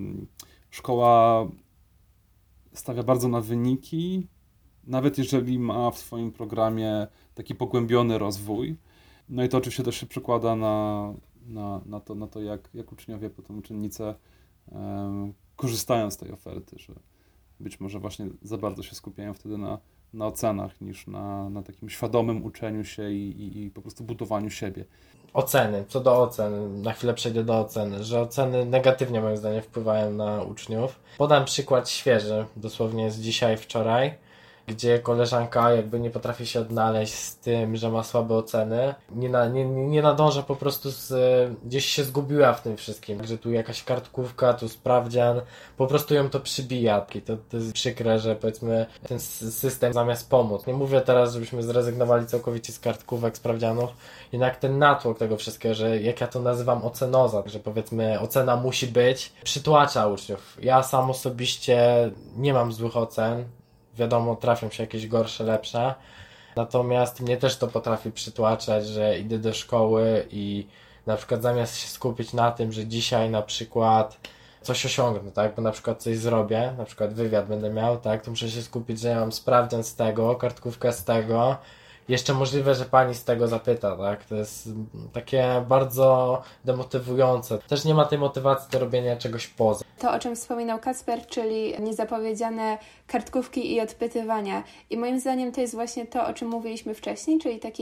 A: szkoła stawia bardzo na wyniki, nawet jeżeli ma w swoim programie taki pogłębiony rozwój. No i to oczywiście też się przekłada na, na, na, to, na to, jak, jak uczniowie, potem uczennice um, korzystają z tej oferty, że być może właśnie za bardzo się skupiają wtedy na, na ocenach, niż na, na takim świadomym uczeniu się i, i, i po prostu budowaniu siebie.
D: Oceny, co do ocen, na chwilę przejdę do oceny, że oceny negatywnie moim zdaniem wpływają na uczniów. Podam przykład świeży, dosłownie z dzisiaj, wczoraj, gdzie koleżanka jakby nie potrafi się odnaleźć z tym, że ma słabe oceny. Nie, na, nie, nie nadąża po prostu, z, gdzieś się zgubiła w tym wszystkim, że tu jakaś kartkówka, tu sprawdzian, po prostu ją to przybija. I to, to jest przykre, że powiedzmy ten system zamiast pomóc. Nie mówię teraz, żebyśmy zrezygnowali całkowicie z kartkówek, sprawdzianów, jednak ten natłok tego wszystkiego, że jak ja to nazywam ocenoza, że powiedzmy ocena musi być, przytłacza uczniów. Ja sam osobiście nie mam złych ocen, wiadomo, trafią się jakieś gorsze, lepsze. Natomiast mnie też to potrafi przytłaczać, że idę do szkoły i na przykład zamiast się skupić na tym, że dzisiaj na przykład coś osiągnę, tak, bo na przykład coś zrobię, na przykład wywiad będę miał, tak, to muszę się skupić, że ja mam sprawdzian z tego, kartkówkę z tego. Jeszcze możliwe, że pani z tego zapyta, tak? To jest takie bardzo demotywujące. Też nie ma tej motywacji do robienia czegoś poza.
B: To, o czym wspominał Kacper, czyli niezapowiedziane kartkówki i odpytywania. I moim zdaniem to jest właśnie to, o czym mówiliśmy wcześniej, czyli taki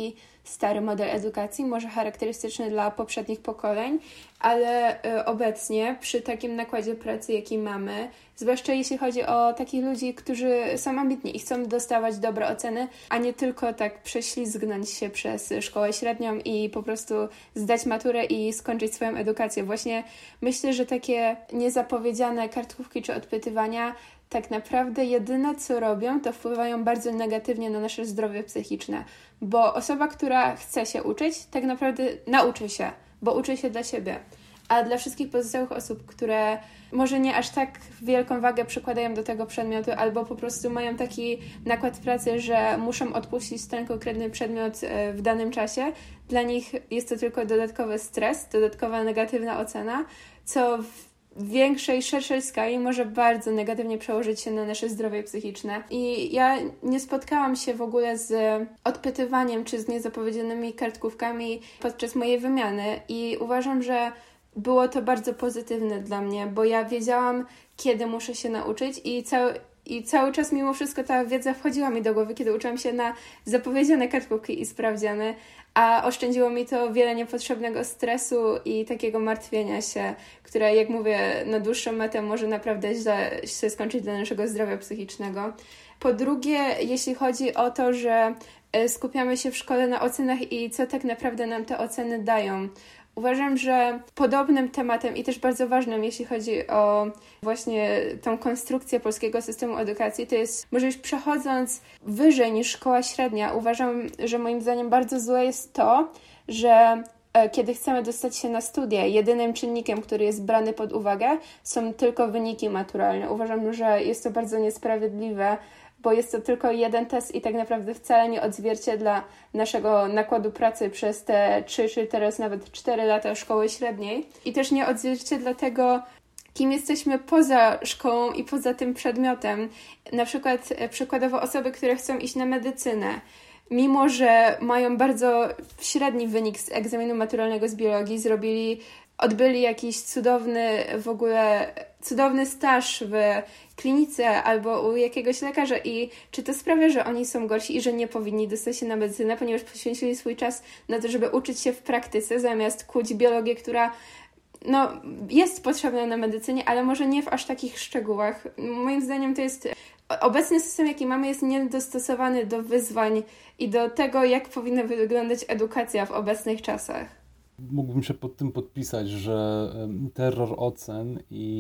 B: stary model edukacji, może charakterystyczny dla poprzednich pokoleń, ale obecnie przy takim nakładzie pracy, jaki mamy, zwłaszcza jeśli chodzi o takich ludzi, którzy są ambitni i chcą dostawać dobre oceny, a nie tylko tak prześlizgnąć się przez szkołę średnią i po prostu zdać maturę i skończyć swoją edukację. Właśnie myślę, że takie niezapowiedziane kartkówki czy odpytywania tak naprawdę jedyne, co robią, to wpływają bardzo negatywnie na nasze zdrowie psychiczne, bo osoba, która chce się uczyć, tak naprawdę nauczy się, bo uczy się dla siebie. A dla wszystkich pozostałych osób, które może nie aż tak wielką wagę przykładają do tego przedmiotu albo po prostu mają taki nakład pracy, że muszą odpuścić ten konkretny przedmiot w danym czasie, dla nich jest to tylko dodatkowy stres, dodatkowa negatywna ocena, co w w większej, szerszej skali może bardzo negatywnie przełożyć się na nasze zdrowie psychiczne. I ja nie spotkałam się w ogóle z odpytywaniem czy z niezapowiedzianymi kartkówkami podczas mojej wymiany i uważam, że było to bardzo pozytywne dla mnie, bo ja wiedziałam, kiedy muszę się nauczyć i cały I cały czas mimo wszystko ta wiedza wchodziła mi do głowy, kiedy uczyłam się na zapowiedziane kartkówki i sprawdziany, a oszczędziło mi to wiele niepotrzebnego stresu i takiego martwienia się, które, jak mówię, na dłuższą metę może naprawdę źle się skończyć dla naszego zdrowia psychicznego. Po drugie, jeśli chodzi o to, że skupiamy się w szkole na ocenach i co tak naprawdę nam te oceny dają. Uważam, że podobnym tematem i też bardzo ważnym, jeśli chodzi o właśnie tą konstrukcję polskiego systemu edukacji, to jest, może już przechodząc wyżej niż szkoła średnia, uważam, że moim zdaniem bardzo złe jest to, że kiedy chcemy dostać się na studia, jedynym czynnikiem, który jest brany pod uwagę, są tylko wyniki maturalne. Uważam, że jest to bardzo niesprawiedliwe, bo jest to tylko jeden test i tak naprawdę wcale nie odzwierciedla naszego nakładu pracy przez te trzy czy teraz nawet cztery lata szkoły średniej i też nie odzwierciedla tego, kim jesteśmy poza szkołą i poza tym przedmiotem. Na przykład przykładowo osoby, które chcą iść na medycynę, mimo że mają bardzo średni wynik z egzaminu maturalnego z biologii, zrobili odbyli jakiś cudowny w ogóle, cudowny staż w klinice albo u jakiegoś lekarza i czy to sprawia, że oni są gorsi i że nie powinni dostać się na medycynę, ponieważ poświęcili swój czas na to, żeby uczyć się w praktyce, zamiast kuć biologię, która no, jest potrzebna na medycynie, ale może nie w aż takich szczegółach. Moim zdaniem to jest... Obecny system, jaki mamy, jest niedostosowany do wyzwań i do tego, jak powinna wyglądać edukacja w obecnych czasach.
A: Mógłbym się pod tym podpisać, że terror ocen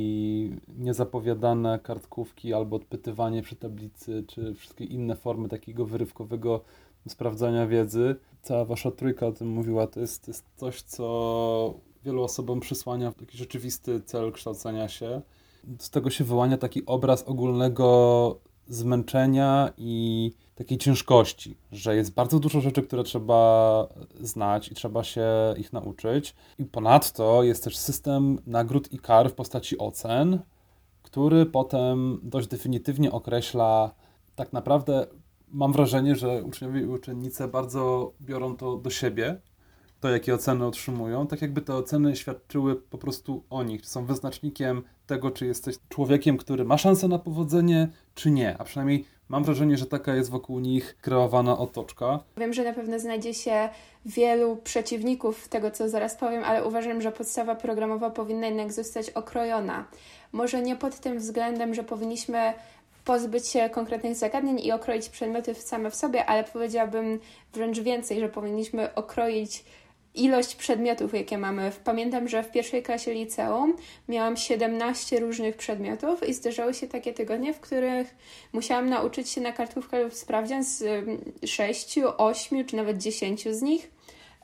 A: i niezapowiadane kartkówki albo odpytywanie przy tablicy, czy wszystkie inne formy takiego wyrywkowego sprawdzania wiedzy, cała wasza trójka o tym mówiła, to jest, to jest coś, co wielu osobom przysłania taki rzeczywisty cel kształcenia się. Z tego się wyłania taki obraz ogólnego zmęczenia i takiej ciężkości, że jest bardzo dużo rzeczy, które trzeba znać i trzeba się ich nauczyć. I ponadto jest też system nagród i kar w postaci ocen, który potem dość definitywnie określa tak naprawdę, mam wrażenie, że uczniowie i uczennice bardzo biorą to do siebie, to jakie oceny otrzymują, tak jakby te oceny świadczyły po prostu o nich, są wyznacznikiem tego, czy jesteś człowiekiem, który ma szansę na powodzenie, czy nie, a przynajmniej mam wrażenie, że taka jest wokół nich kreowana otoczka.
B: Wiem, że na pewno znajdzie się wielu przeciwników tego, co zaraz powiem, ale uważam, że podstawa programowa powinna jednak zostać okrojona. Może nie pod tym względem, że powinniśmy pozbyć się konkretnych zagadnień i okroić przedmioty same w sobie, ale powiedziałabym wręcz więcej, że powinniśmy okroić ilość przedmiotów, jakie mamy. Pamiętam, że w pierwszej klasie liceum miałam siedemnaście różnych przedmiotów i zdarzały się takie tygodnie, w których musiałam nauczyć się na kartkówkę lub sprawdzian z sześciu, ośmiu czy nawet dziesięciu z nich.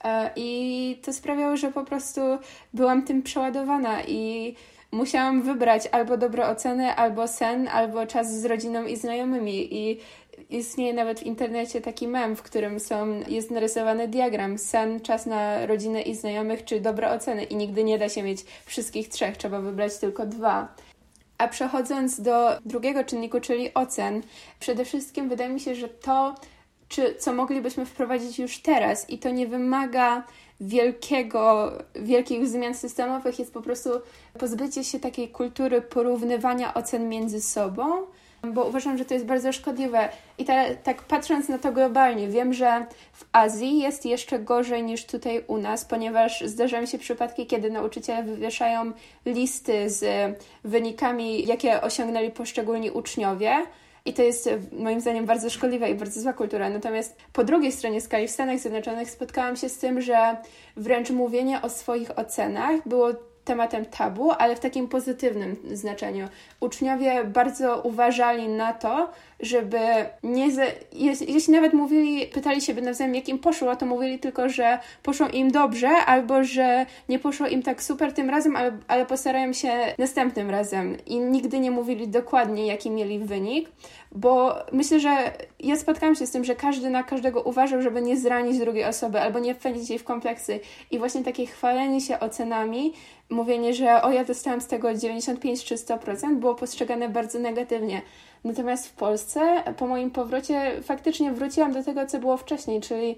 B: I to sprawiało, że po prostu byłam tym przeładowana i musiałam wybrać albo dobre oceny, albo sen, albo czas z rodziną i znajomymi. I istnieje nawet w internecie taki mem, w którym są, jest narysowany diagram sen, czas na rodzinę i znajomych, czy dobre oceny. I nigdy nie da się mieć wszystkich trzech, trzeba wybrać tylko dwa. A przechodząc do drugiego czynniku, czyli ocen, przede wszystkim wydaje mi się, że to, czy, co moglibyśmy wprowadzić już teraz i to nie wymaga wielkiego, wielkich zmian systemowych, jest po prostu pozbycie się takiej kultury porównywania ocen między sobą, bo uważam, że to jest bardzo szkodliwe. I ta, tak patrząc na to globalnie, wiem, że w Azji jest jeszcze gorzej niż tutaj u nas, ponieważ zdarzają się przypadki, kiedy nauczyciele wywieszają listy z wynikami, jakie osiągnęli poszczególni uczniowie. I to jest moim zdaniem bardzo szkodliwa i bardzo zła kultura. Natomiast po drugiej stronie skali w Stanach Zjednoczonych spotkałam się z tym, że wręcz mówienie o swoich ocenach było tematem tabu, ale w takim pozytywnym znaczeniu. Uczniowie bardzo uważali na to, żeby nie... Ze... Jeśli nawet mówili, pytali się nawzajem, jak im poszło, to mówili tylko, że poszło im dobrze, albo że nie poszło im tak super tym razem, ale, ale postarają się następnym razem. I nigdy nie mówili dokładnie, jaki mieli wynik, bo myślę, że ja spotkałam się z tym, że każdy na każdego uważał, żeby nie zranić drugiej osoby, albo nie wpędzić jej w kompleksy. I właśnie takie chwalenie się ocenami, mówienie, że o, ja dostałam z tego dziewięćdziesiąt pięć czy sto procent, było postrzegane bardzo negatywnie. Natomiast w Polsce po moim powrocie faktycznie wróciłam do tego, co było wcześniej, czyli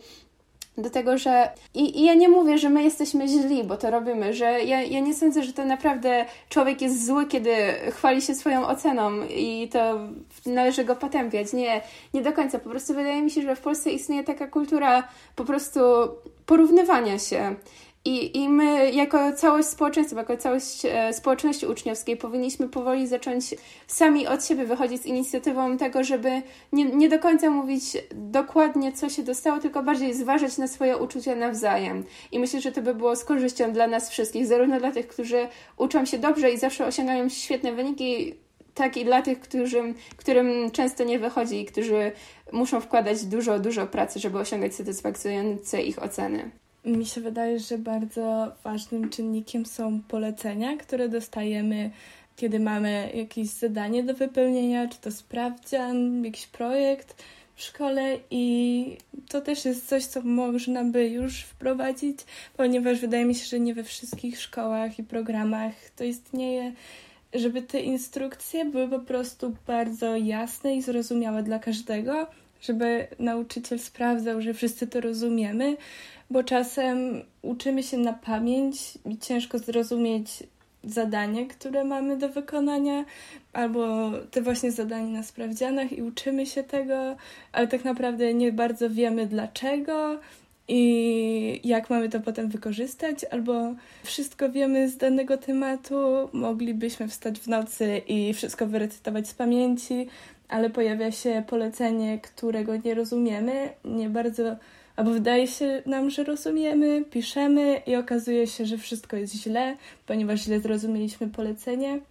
B: do tego, że... I, I ja nie mówię, że my jesteśmy źli, bo to robimy, że ja, ja nie sądzę, że to naprawdę człowiek jest zły, kiedy chwali się swoją oceną i to należy go potępiać. Nie, nie do końca. Po prostu wydaje mi się, że w Polsce istnieje taka kultura po prostu porównywania się. I, I my jako całość społeczeństwa, jako całość e, społeczności uczniowskiej powinniśmy powoli zacząć sami od siebie wychodzić z inicjatywą tego, żeby nie, nie do końca mówić dokładnie, co się dostało, tylko bardziej zważać na swoje uczucia nawzajem. I myślę, że to by było z korzyścią dla nas wszystkich, zarówno dla tych, którzy uczą się dobrze i zawsze osiągają świetne wyniki, tak i dla tych, którym, którym często nie wychodzi i którzy muszą wkładać dużo, dużo pracy, żeby osiągać satysfakcjonujące ich oceny.
C: Mi się wydaje, że bardzo ważnym czynnikiem są polecenia, które dostajemy, kiedy mamy jakieś zadanie do wypełnienia, czy to sprawdzian, jakiś projekt w szkole i to też jest coś, co można by już wprowadzić, ponieważ wydaje mi się, że nie we wszystkich szkołach i programach to istnieje, żeby te instrukcje były po prostu bardzo jasne i zrozumiałe dla każdego, żeby nauczyciel sprawdzał, że wszyscy to rozumiemy, bo czasem uczymy się na pamięć i ciężko zrozumieć zadanie, które mamy do wykonania, albo te właśnie zadania na sprawdzianach i uczymy się tego, ale tak naprawdę nie bardzo wiemy dlaczego i jak mamy to potem wykorzystać, albo wszystko wiemy z danego tematu, moglibyśmy wstać w nocy i wszystko wyrecytować z pamięci, ale pojawia się polecenie, którego nie rozumiemy, nie bardzo, albo wydaje się nam, że rozumiemy, piszemy i okazuje się, że wszystko jest źle, ponieważ źle zrozumieliśmy polecenie.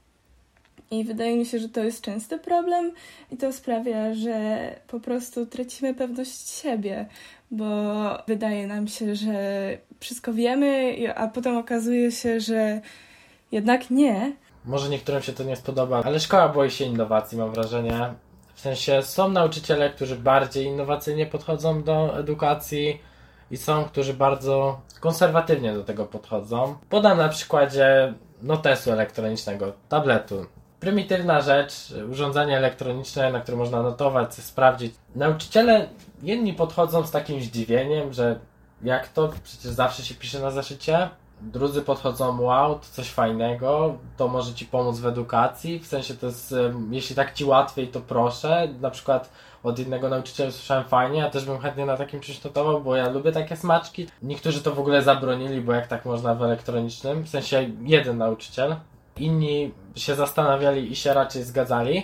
C: I wydaje mi się, że to jest częsty problem i to sprawia, że po prostu tracimy pewność siebie, bo wydaje nam się, że wszystko wiemy, a potem okazuje się, że jednak nie.
D: Może niektórym się to nie spodoba, ale szkoła boi się innowacji, mam wrażenie. W sensie są nauczyciele, którzy bardziej innowacyjnie podchodzą do edukacji i są, którzy bardzo konserwatywnie do tego podchodzą. Podam na przykładzie notesu elektronicznego, tabletu. Prymitywna rzecz, urządzenie elektroniczne, na którym można notować, coś sprawdzić. Nauczyciele jedni podchodzą z takim zdziwieniem, że jak to, przecież zawsze się pisze na zeszycie. Drudzy podchodzą, wow, to coś fajnego, to może ci pomóc w edukacji, w sensie to jest, jeśli tak ci łatwiej, to proszę. Na przykład od jednego nauczyciela słyszałem fajnie, ja też bym chętnie na takim czymś notował, bo ja lubię takie smaczki. Niektórzy to w ogóle zabronili, bo jak tak można w elektronicznym, w sensie jeden nauczyciel. Inni się zastanawiali i się raczej zgadzali,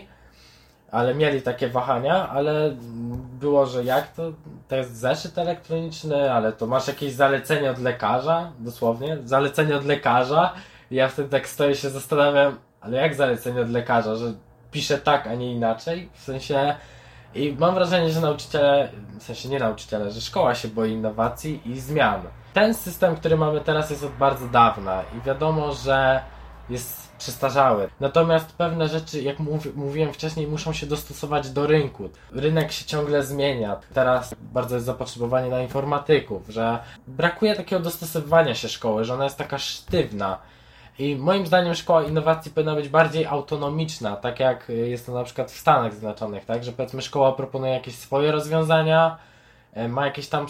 D: ale mieli takie wahania, ale było, że jak to, to jest zeszyt elektroniczny, ale to masz jakieś zalecenie od lekarza, dosłownie, zalecenie od lekarza. I ja wtedy tak stoję i się zastanawiam, ale jak zalecenie od lekarza, że pisze tak, a nie inaczej, w sensie. I mam wrażenie, że nauczyciele, w sensie nie nauczyciele, że szkoła się boi innowacji i zmian. Ten system, który mamy teraz, jest od bardzo dawna i wiadomo, że jest przestarzały. Natomiast pewne rzeczy, jak mówi, mówiłem wcześniej, muszą się dostosować do rynku. Rynek się ciągle zmienia. Teraz bardzo jest zapotrzebowanie na informatyków, że brakuje takiego dostosowywania się szkoły, że ona jest taka sztywna. I moim zdaniem szkoła innowacji powinna być bardziej autonomiczna, tak jak jest to na przykład w Stanach Zjednoczonych, tak? Że powiedzmy szkoła proponuje jakieś swoje rozwiązania, ma jakieś tam,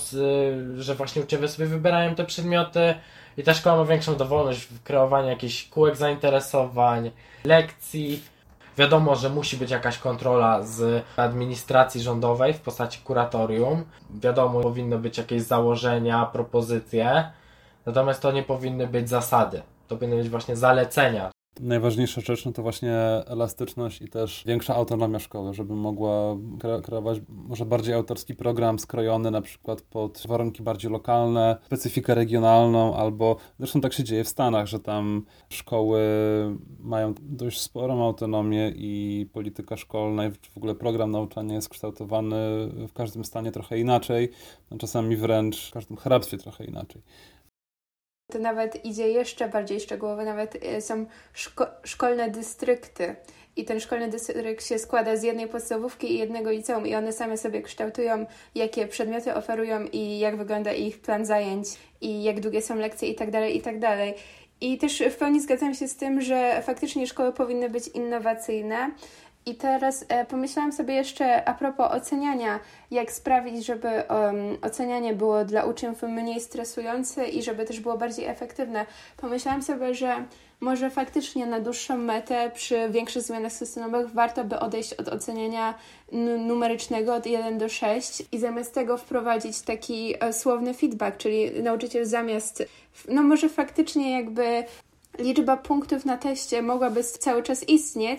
D: że właśnie uczniowie sobie wybierają te przedmioty i ta szkoła ma większą dowolność w kreowaniu jakichś kółek zainteresowań, lekcji. Wiadomo, że musi być jakaś kontrola z administracji rządowej w postaci kuratorium. Wiadomo, powinny być jakieś założenia, propozycje, natomiast to nie powinny być zasady. To powinny być właśnie zalecenia.
A: Najważniejsza rzecz no to właśnie elastyczność i też większa autonomia szkoły, żeby mogła kre- kreować może bardziej autorski program skrojony na przykład pod warunki bardziej lokalne, specyfikę regionalną, albo zresztą tak się dzieje w Stanach, że tam szkoły mają dość sporą autonomię i polityka szkolna i w ogóle program nauczania jest kształtowany w każdym stanie trochę inaczej, a czasami wręcz w każdym hrabstwie trochę inaczej.
B: To nawet idzie jeszcze bardziej szczegółowo, nawet są szko- szkolne dystrykty i ten szkolny dystrykt się składa z jednej podstawówki i jednego liceum i one same sobie kształtują, jakie przedmioty oferują i jak wygląda ich plan zajęć i jak długie są lekcje i tak dalej, i tak dalej. I też w pełni zgadzam się z tym, że faktycznie szkoły powinny być innowacyjne. I teraz e, pomyślałam sobie jeszcze a propos oceniania, jak sprawić, żeby um, ocenianie było dla uczniów mniej stresujące i żeby też było bardziej efektywne. Pomyślałam sobie, że może faktycznie na dłuższą metę przy większych zmianach systemowych warto by odejść od oceniania n- numerycznego od jeden do sześciu i zamiast tego wprowadzić taki e, słowny feedback, czyli nauczyciel zamiast, no może faktycznie jakby liczba punktów na teście mogłaby cały czas istnieć,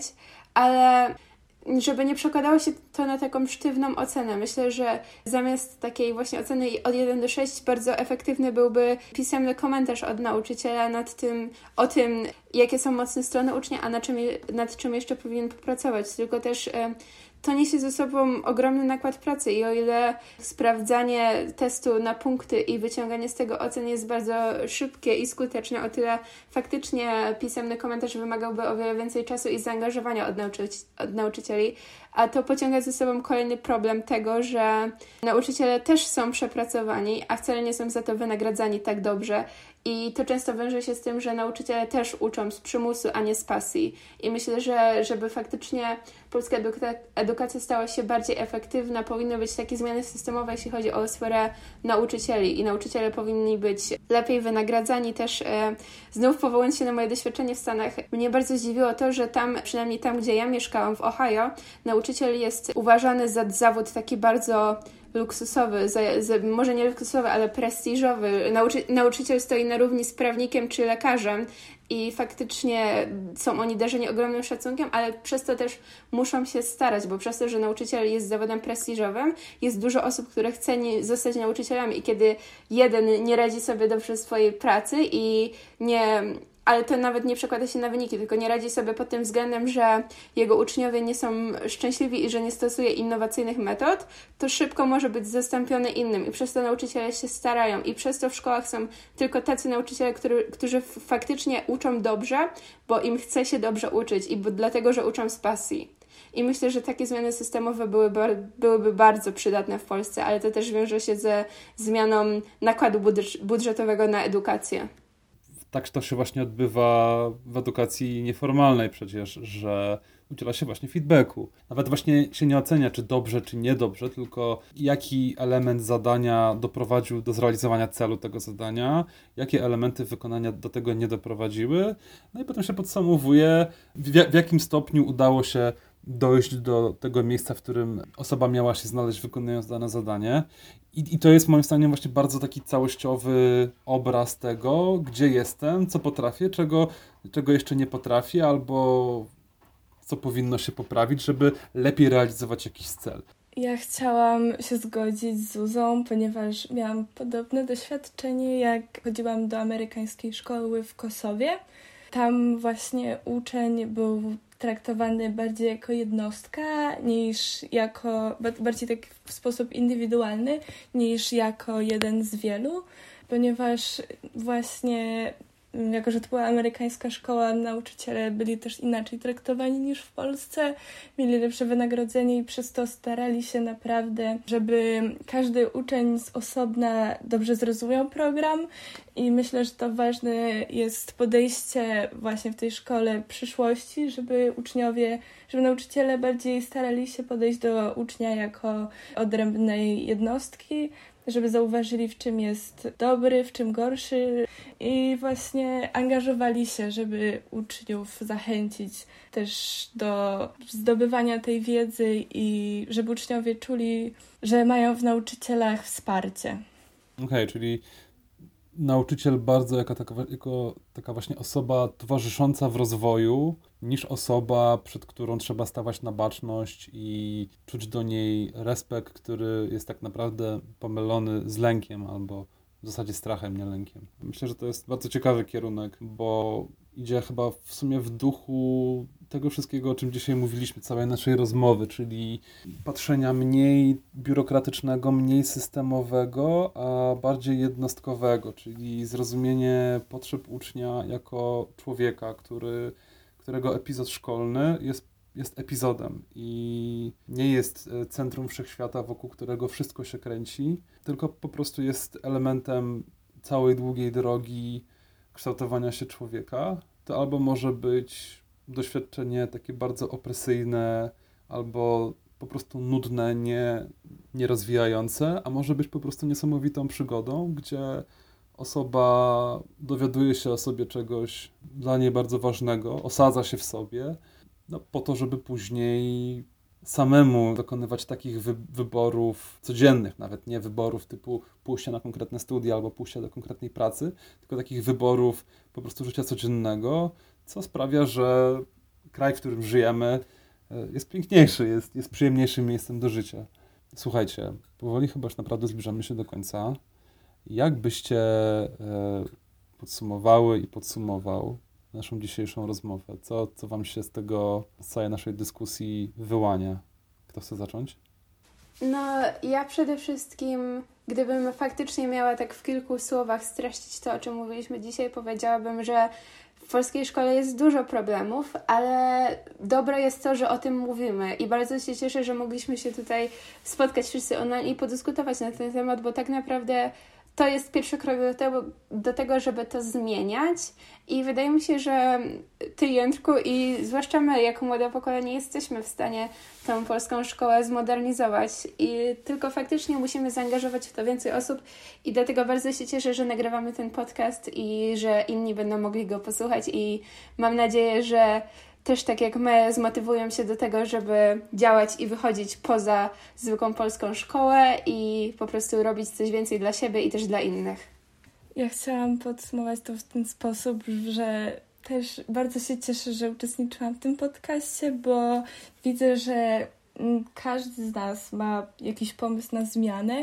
B: ale żeby nie przekładało się to na taką sztywną ocenę. Myślę, że zamiast takiej właśnie oceny od jeden do sześciu bardzo efektywny byłby pisemny komentarz od nauczyciela nad tym, o tym, jakie są mocne strony ucznia, a nad czym, nad czym jeszcze powinien popracować. Tylko też e, to niesie ze sobą ogromny nakład pracy i o ile sprawdzanie testu na punkty i wyciąganie z tego ocen jest bardzo szybkie i skuteczne, o tyle faktycznie pisemny komentarz wymagałby o wiele więcej czasu i zaangażowania od, nauczy- od nauczycieli, a to pociąga ze sobą kolejny problem tego, że nauczyciele też są przepracowani, a wcale nie są za to wynagradzani tak dobrze. I to często wiąże się z tym, że nauczyciele też uczą z przymusu, a nie z pasji. I myślę, że żeby faktycznie polska eduka- edukacja stała się bardziej efektywna, powinny być takie zmiany systemowe, jeśli chodzi o sferę nauczycieli. I nauczyciele powinni być lepiej wynagradzani też. E, znów powołując się na moje doświadczenie w Stanach, mnie bardzo zdziwiło to, że tam, przynajmniej tam, gdzie ja mieszkałam, w Ohio, nauczyciel jest uważany za zawód taki bardzo luksusowy, za, za, może nie luksusowy, ale prestiżowy. Nauczy, nauczyciel stoi na równi z prawnikiem czy lekarzem i faktycznie są oni darzeni ogromnym szacunkiem, ale przez to też muszą się starać, bo przez to, że nauczyciel jest zawodem prestiżowym, jest dużo osób, które chce nie, zostać nauczycielami i kiedy jeden nie radzi sobie dobrze w swojej pracy i nie... ale to nawet nie przekłada się na wyniki, tylko nie radzi sobie pod tym względem, że jego uczniowie nie są szczęśliwi i że nie stosuje innowacyjnych metod, to szybko może być zastąpiony innym i przez to nauczyciele się starają i przez to w szkołach są tylko tacy nauczyciele, który, którzy faktycznie uczą dobrze, bo im chce się dobrze uczyć i bo, dlatego, że uczą z pasji. I myślę, że takie zmiany systemowe byłyby, byłyby bardzo przydatne w Polsce, ale to też wiąże się ze zmianą nakładu budż- budżetowego na edukację.
A: Tak to się właśnie odbywa w edukacji nieformalnej przecież, że udziela się właśnie feedbacku. Nawet właśnie się nie ocenia, czy dobrze, czy niedobrze, tylko jaki element zadania doprowadził do zrealizowania celu tego zadania, jakie elementy wykonania do tego nie doprowadziły. No i potem się podsumowuje, w, w jakim stopniu udało się dojść do tego miejsca, w którym osoba miała się znaleźć, wykonując dane zadanie. I, I to jest moim zdaniem właśnie bardzo taki całościowy obraz tego, gdzie jestem, co potrafię, czego, czego jeszcze nie potrafię, albo co powinno się poprawić, żeby lepiej realizować jakiś cel.
C: Ja chciałam się zgodzić z Zuzą, ponieważ miałam podobne doświadczenie, jak chodziłam do amerykańskiej szkoły w Kosowie. Tam właśnie uczeń był traktowany bardziej jako jednostka niż jako, bardziej tak w sposób indywidualny niż jako jeden z wielu, ponieważ właśnie jako, że to była amerykańska szkoła, nauczyciele byli też inaczej traktowani niż w Polsce, mieli lepsze wynagrodzenie i przez to starali się naprawdę, żeby każdy uczeń z osobna dobrze zrozumiał program i myślę, że to ważne jest podejście właśnie w tej szkole przyszłości, żeby uczniowie, żeby nauczyciele bardziej starali się podejść do ucznia jako odrębnej jednostki, żeby zauważyli, w czym jest dobry, w czym gorszy i właśnie angażowali się, żeby uczniów zachęcić też do zdobywania tej wiedzy i żeby uczniowie czuli, że mają w nauczycielach wsparcie.
A: Okej, okay, czyli nauczyciel bardzo jako taka, jako taka właśnie osoba towarzysząca w rozwoju, niż osoba, przed którą trzeba stawać na baczność i czuć do niej respekt, który jest tak naprawdę pomylony z lękiem albo w zasadzie strachem, nie lękiem. Myślę, że to jest bardzo ciekawy kierunek, bo idzie chyba w sumie w duchu tego wszystkiego, o czym dzisiaj mówiliśmy, całej naszej rozmowy, czyli patrzenia mniej biurokratycznego, mniej systemowego, a bardziej jednostkowego, czyli zrozumienie potrzeb ucznia jako człowieka, który, którego epizod szkolny jest, jest epizodem i nie jest centrum wszechświata, wokół którego wszystko się kręci, tylko po prostu jest elementem całej długiej drogi kształtowania się człowieka. To albo może być doświadczenie takie bardzo opresyjne, albo po prostu nudne, nie, nierozwijające, a może być po prostu niesamowitą przygodą, gdzie osoba dowiaduje się o sobie czegoś dla niej bardzo ważnego, osadza się w sobie, no, po to, żeby później samemu dokonywać takich wy- wyborów codziennych, nawet nie wyborów typu pójście na konkretne studia albo pójście do konkretnej pracy, tylko takich wyborów po prostu życia codziennego, co sprawia, że kraj, w którym żyjemy, jest piękniejszy, jest, jest przyjemniejszym miejscem do życia. Słuchajcie, powoli chyba już naprawdę zbliżamy się do końca. Jak byście podsumowały i podsumował naszą dzisiejszą rozmowę? Co, co wam się z tego, z całej naszej dyskusji wyłania? Kto chce zacząć?
B: No, ja przede wszystkim, gdybym faktycznie miała tak w kilku słowach streścić to, o czym mówiliśmy dzisiaj, powiedziałabym, że w polskiej szkole jest dużo problemów, ale dobre jest to, że o tym mówimy i bardzo się cieszę, że mogliśmy się tutaj spotkać wszyscy online i podyskutować na ten temat, bo tak naprawdę to jest pierwszy krok do tego, do tego, żeby to zmieniać i wydaje mi się, że ty, Jędrku, i zwłaszcza my, jako młode pokolenie, jesteśmy w stanie tą polską szkołę zmodernizować i tylko faktycznie musimy zaangażować w to więcej osób i dlatego bardzo się cieszę, że nagrywamy ten podcast i że inni będą mogli go posłuchać i mam nadzieję, że też tak jak my zmotywują się do tego, żeby działać i wychodzić poza zwykłą polską szkołę i po prostu robić coś więcej dla siebie i też dla innych.
C: Ja chciałam podsumować to w ten sposób, że też bardzo się cieszę, że uczestniczyłam w tym podcaście, bo widzę, że każdy z nas ma jakiś pomysł na zmianę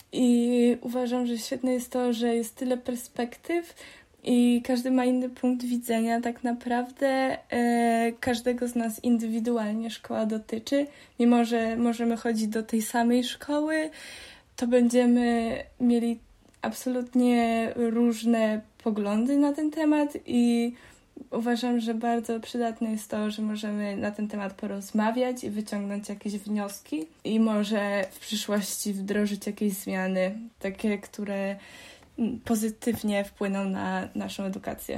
C: i uważam, że świetne jest to, że jest tyle perspektyw, i każdy ma inny punkt widzenia. Tak naprawdę e, każdego z nas indywidualnie szkoła dotyczy. Mimo że możemy chodzić do tej samej szkoły, to będziemy mieli absolutnie różne poglądy na ten temat i uważam, że bardzo przydatne jest to, że możemy na ten temat porozmawiać i wyciągnąć jakieś wnioski i może w przyszłości wdrożyć jakieś zmiany, takie, które pozytywnie wpłyną na naszą edukację.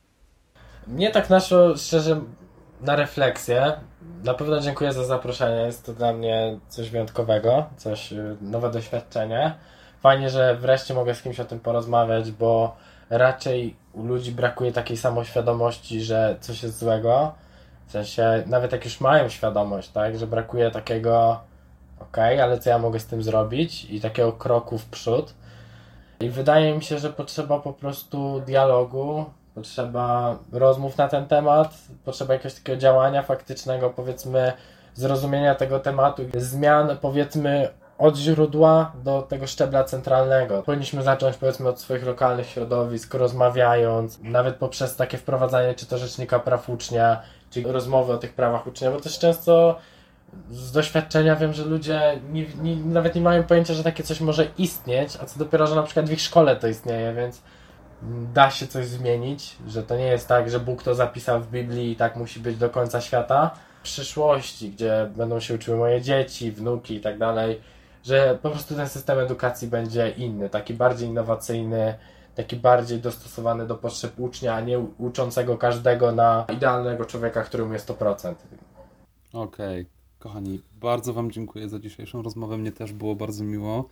D: Mnie tak naszło, szczerze, na refleksję. Na pewno dziękuję za zaproszenie. Jest to dla mnie coś wyjątkowego, coś, nowe doświadczenie. Fajnie, że wreszcie mogę z kimś o tym porozmawiać, bo raczej u ludzi brakuje takiej samoświadomości, że coś jest złego. W sensie, nawet jak już mają świadomość, tak, że brakuje takiego okej, okay, ale co ja mogę z tym zrobić i takiego kroku w przód. I wydaje mi się, że potrzeba po prostu dialogu, potrzeba rozmów na ten temat, potrzeba jakiegoś takiego działania faktycznego, powiedzmy, zrozumienia tego tematu, zmian, powiedzmy, od źródła do tego szczebla centralnego. Powinniśmy zacząć, powiedzmy, od swoich lokalnych środowisk, rozmawiając, nawet poprzez takie wprowadzanie czy to Rzecznika Praw Ucznia, czy rozmowy o tych prawach ucznia, bo też często z doświadczenia wiem, że ludzie nie, nie, nawet nie mają pojęcia, że takie coś może istnieć, a co dopiero, że na przykład w ich szkole to istnieje, więc da się coś zmienić, że to nie jest tak, że Bóg to zapisał w Biblii i tak musi być do końca świata. W przyszłości, gdzie będą się uczyły moje dzieci, wnuki i tak dalej, że po prostu ten system edukacji będzie inny, taki bardziej innowacyjny, taki bardziej dostosowany do potrzeb ucznia, a nie uczącego każdego na idealnego człowieka, którym jest sto procent.
A: Okej. Okay. Kochani, bardzo wam dziękuję za dzisiejszą rozmowę. Mnie też było bardzo miło.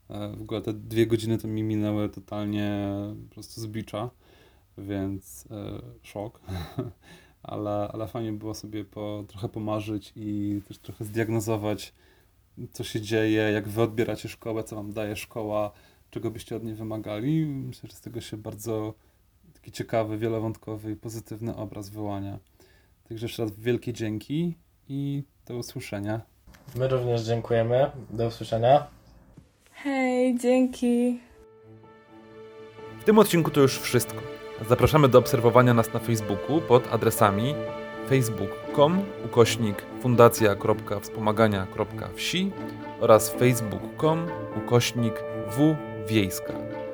A: E, W ogóle te dwie godziny to mi minęły totalnie po prostu z bicza, więc e, szok. ale, ale fajnie było sobie po, trochę pomarzyć i też trochę zdiagnozować, co się dzieje, jak wy odbieracie szkołę, co wam daje szkoła, czego byście od niej wymagali. Myślę, że z tego się bardzo taki ciekawy, wielowątkowy i pozytywny obraz wyłania. Także jeszcze raz wielkie dzięki i do usłyszenia.
D: My również dziękujemy. Do usłyszenia.
C: Hej, dzięki.
A: W tym odcinku to już wszystko. Zapraszamy do obserwowania nas na Facebooku pod adresami facebook kropka com ukośnik fundacja kropka wspomagania kropka wsi oraz facebook kropka com ukośnik w wiejska.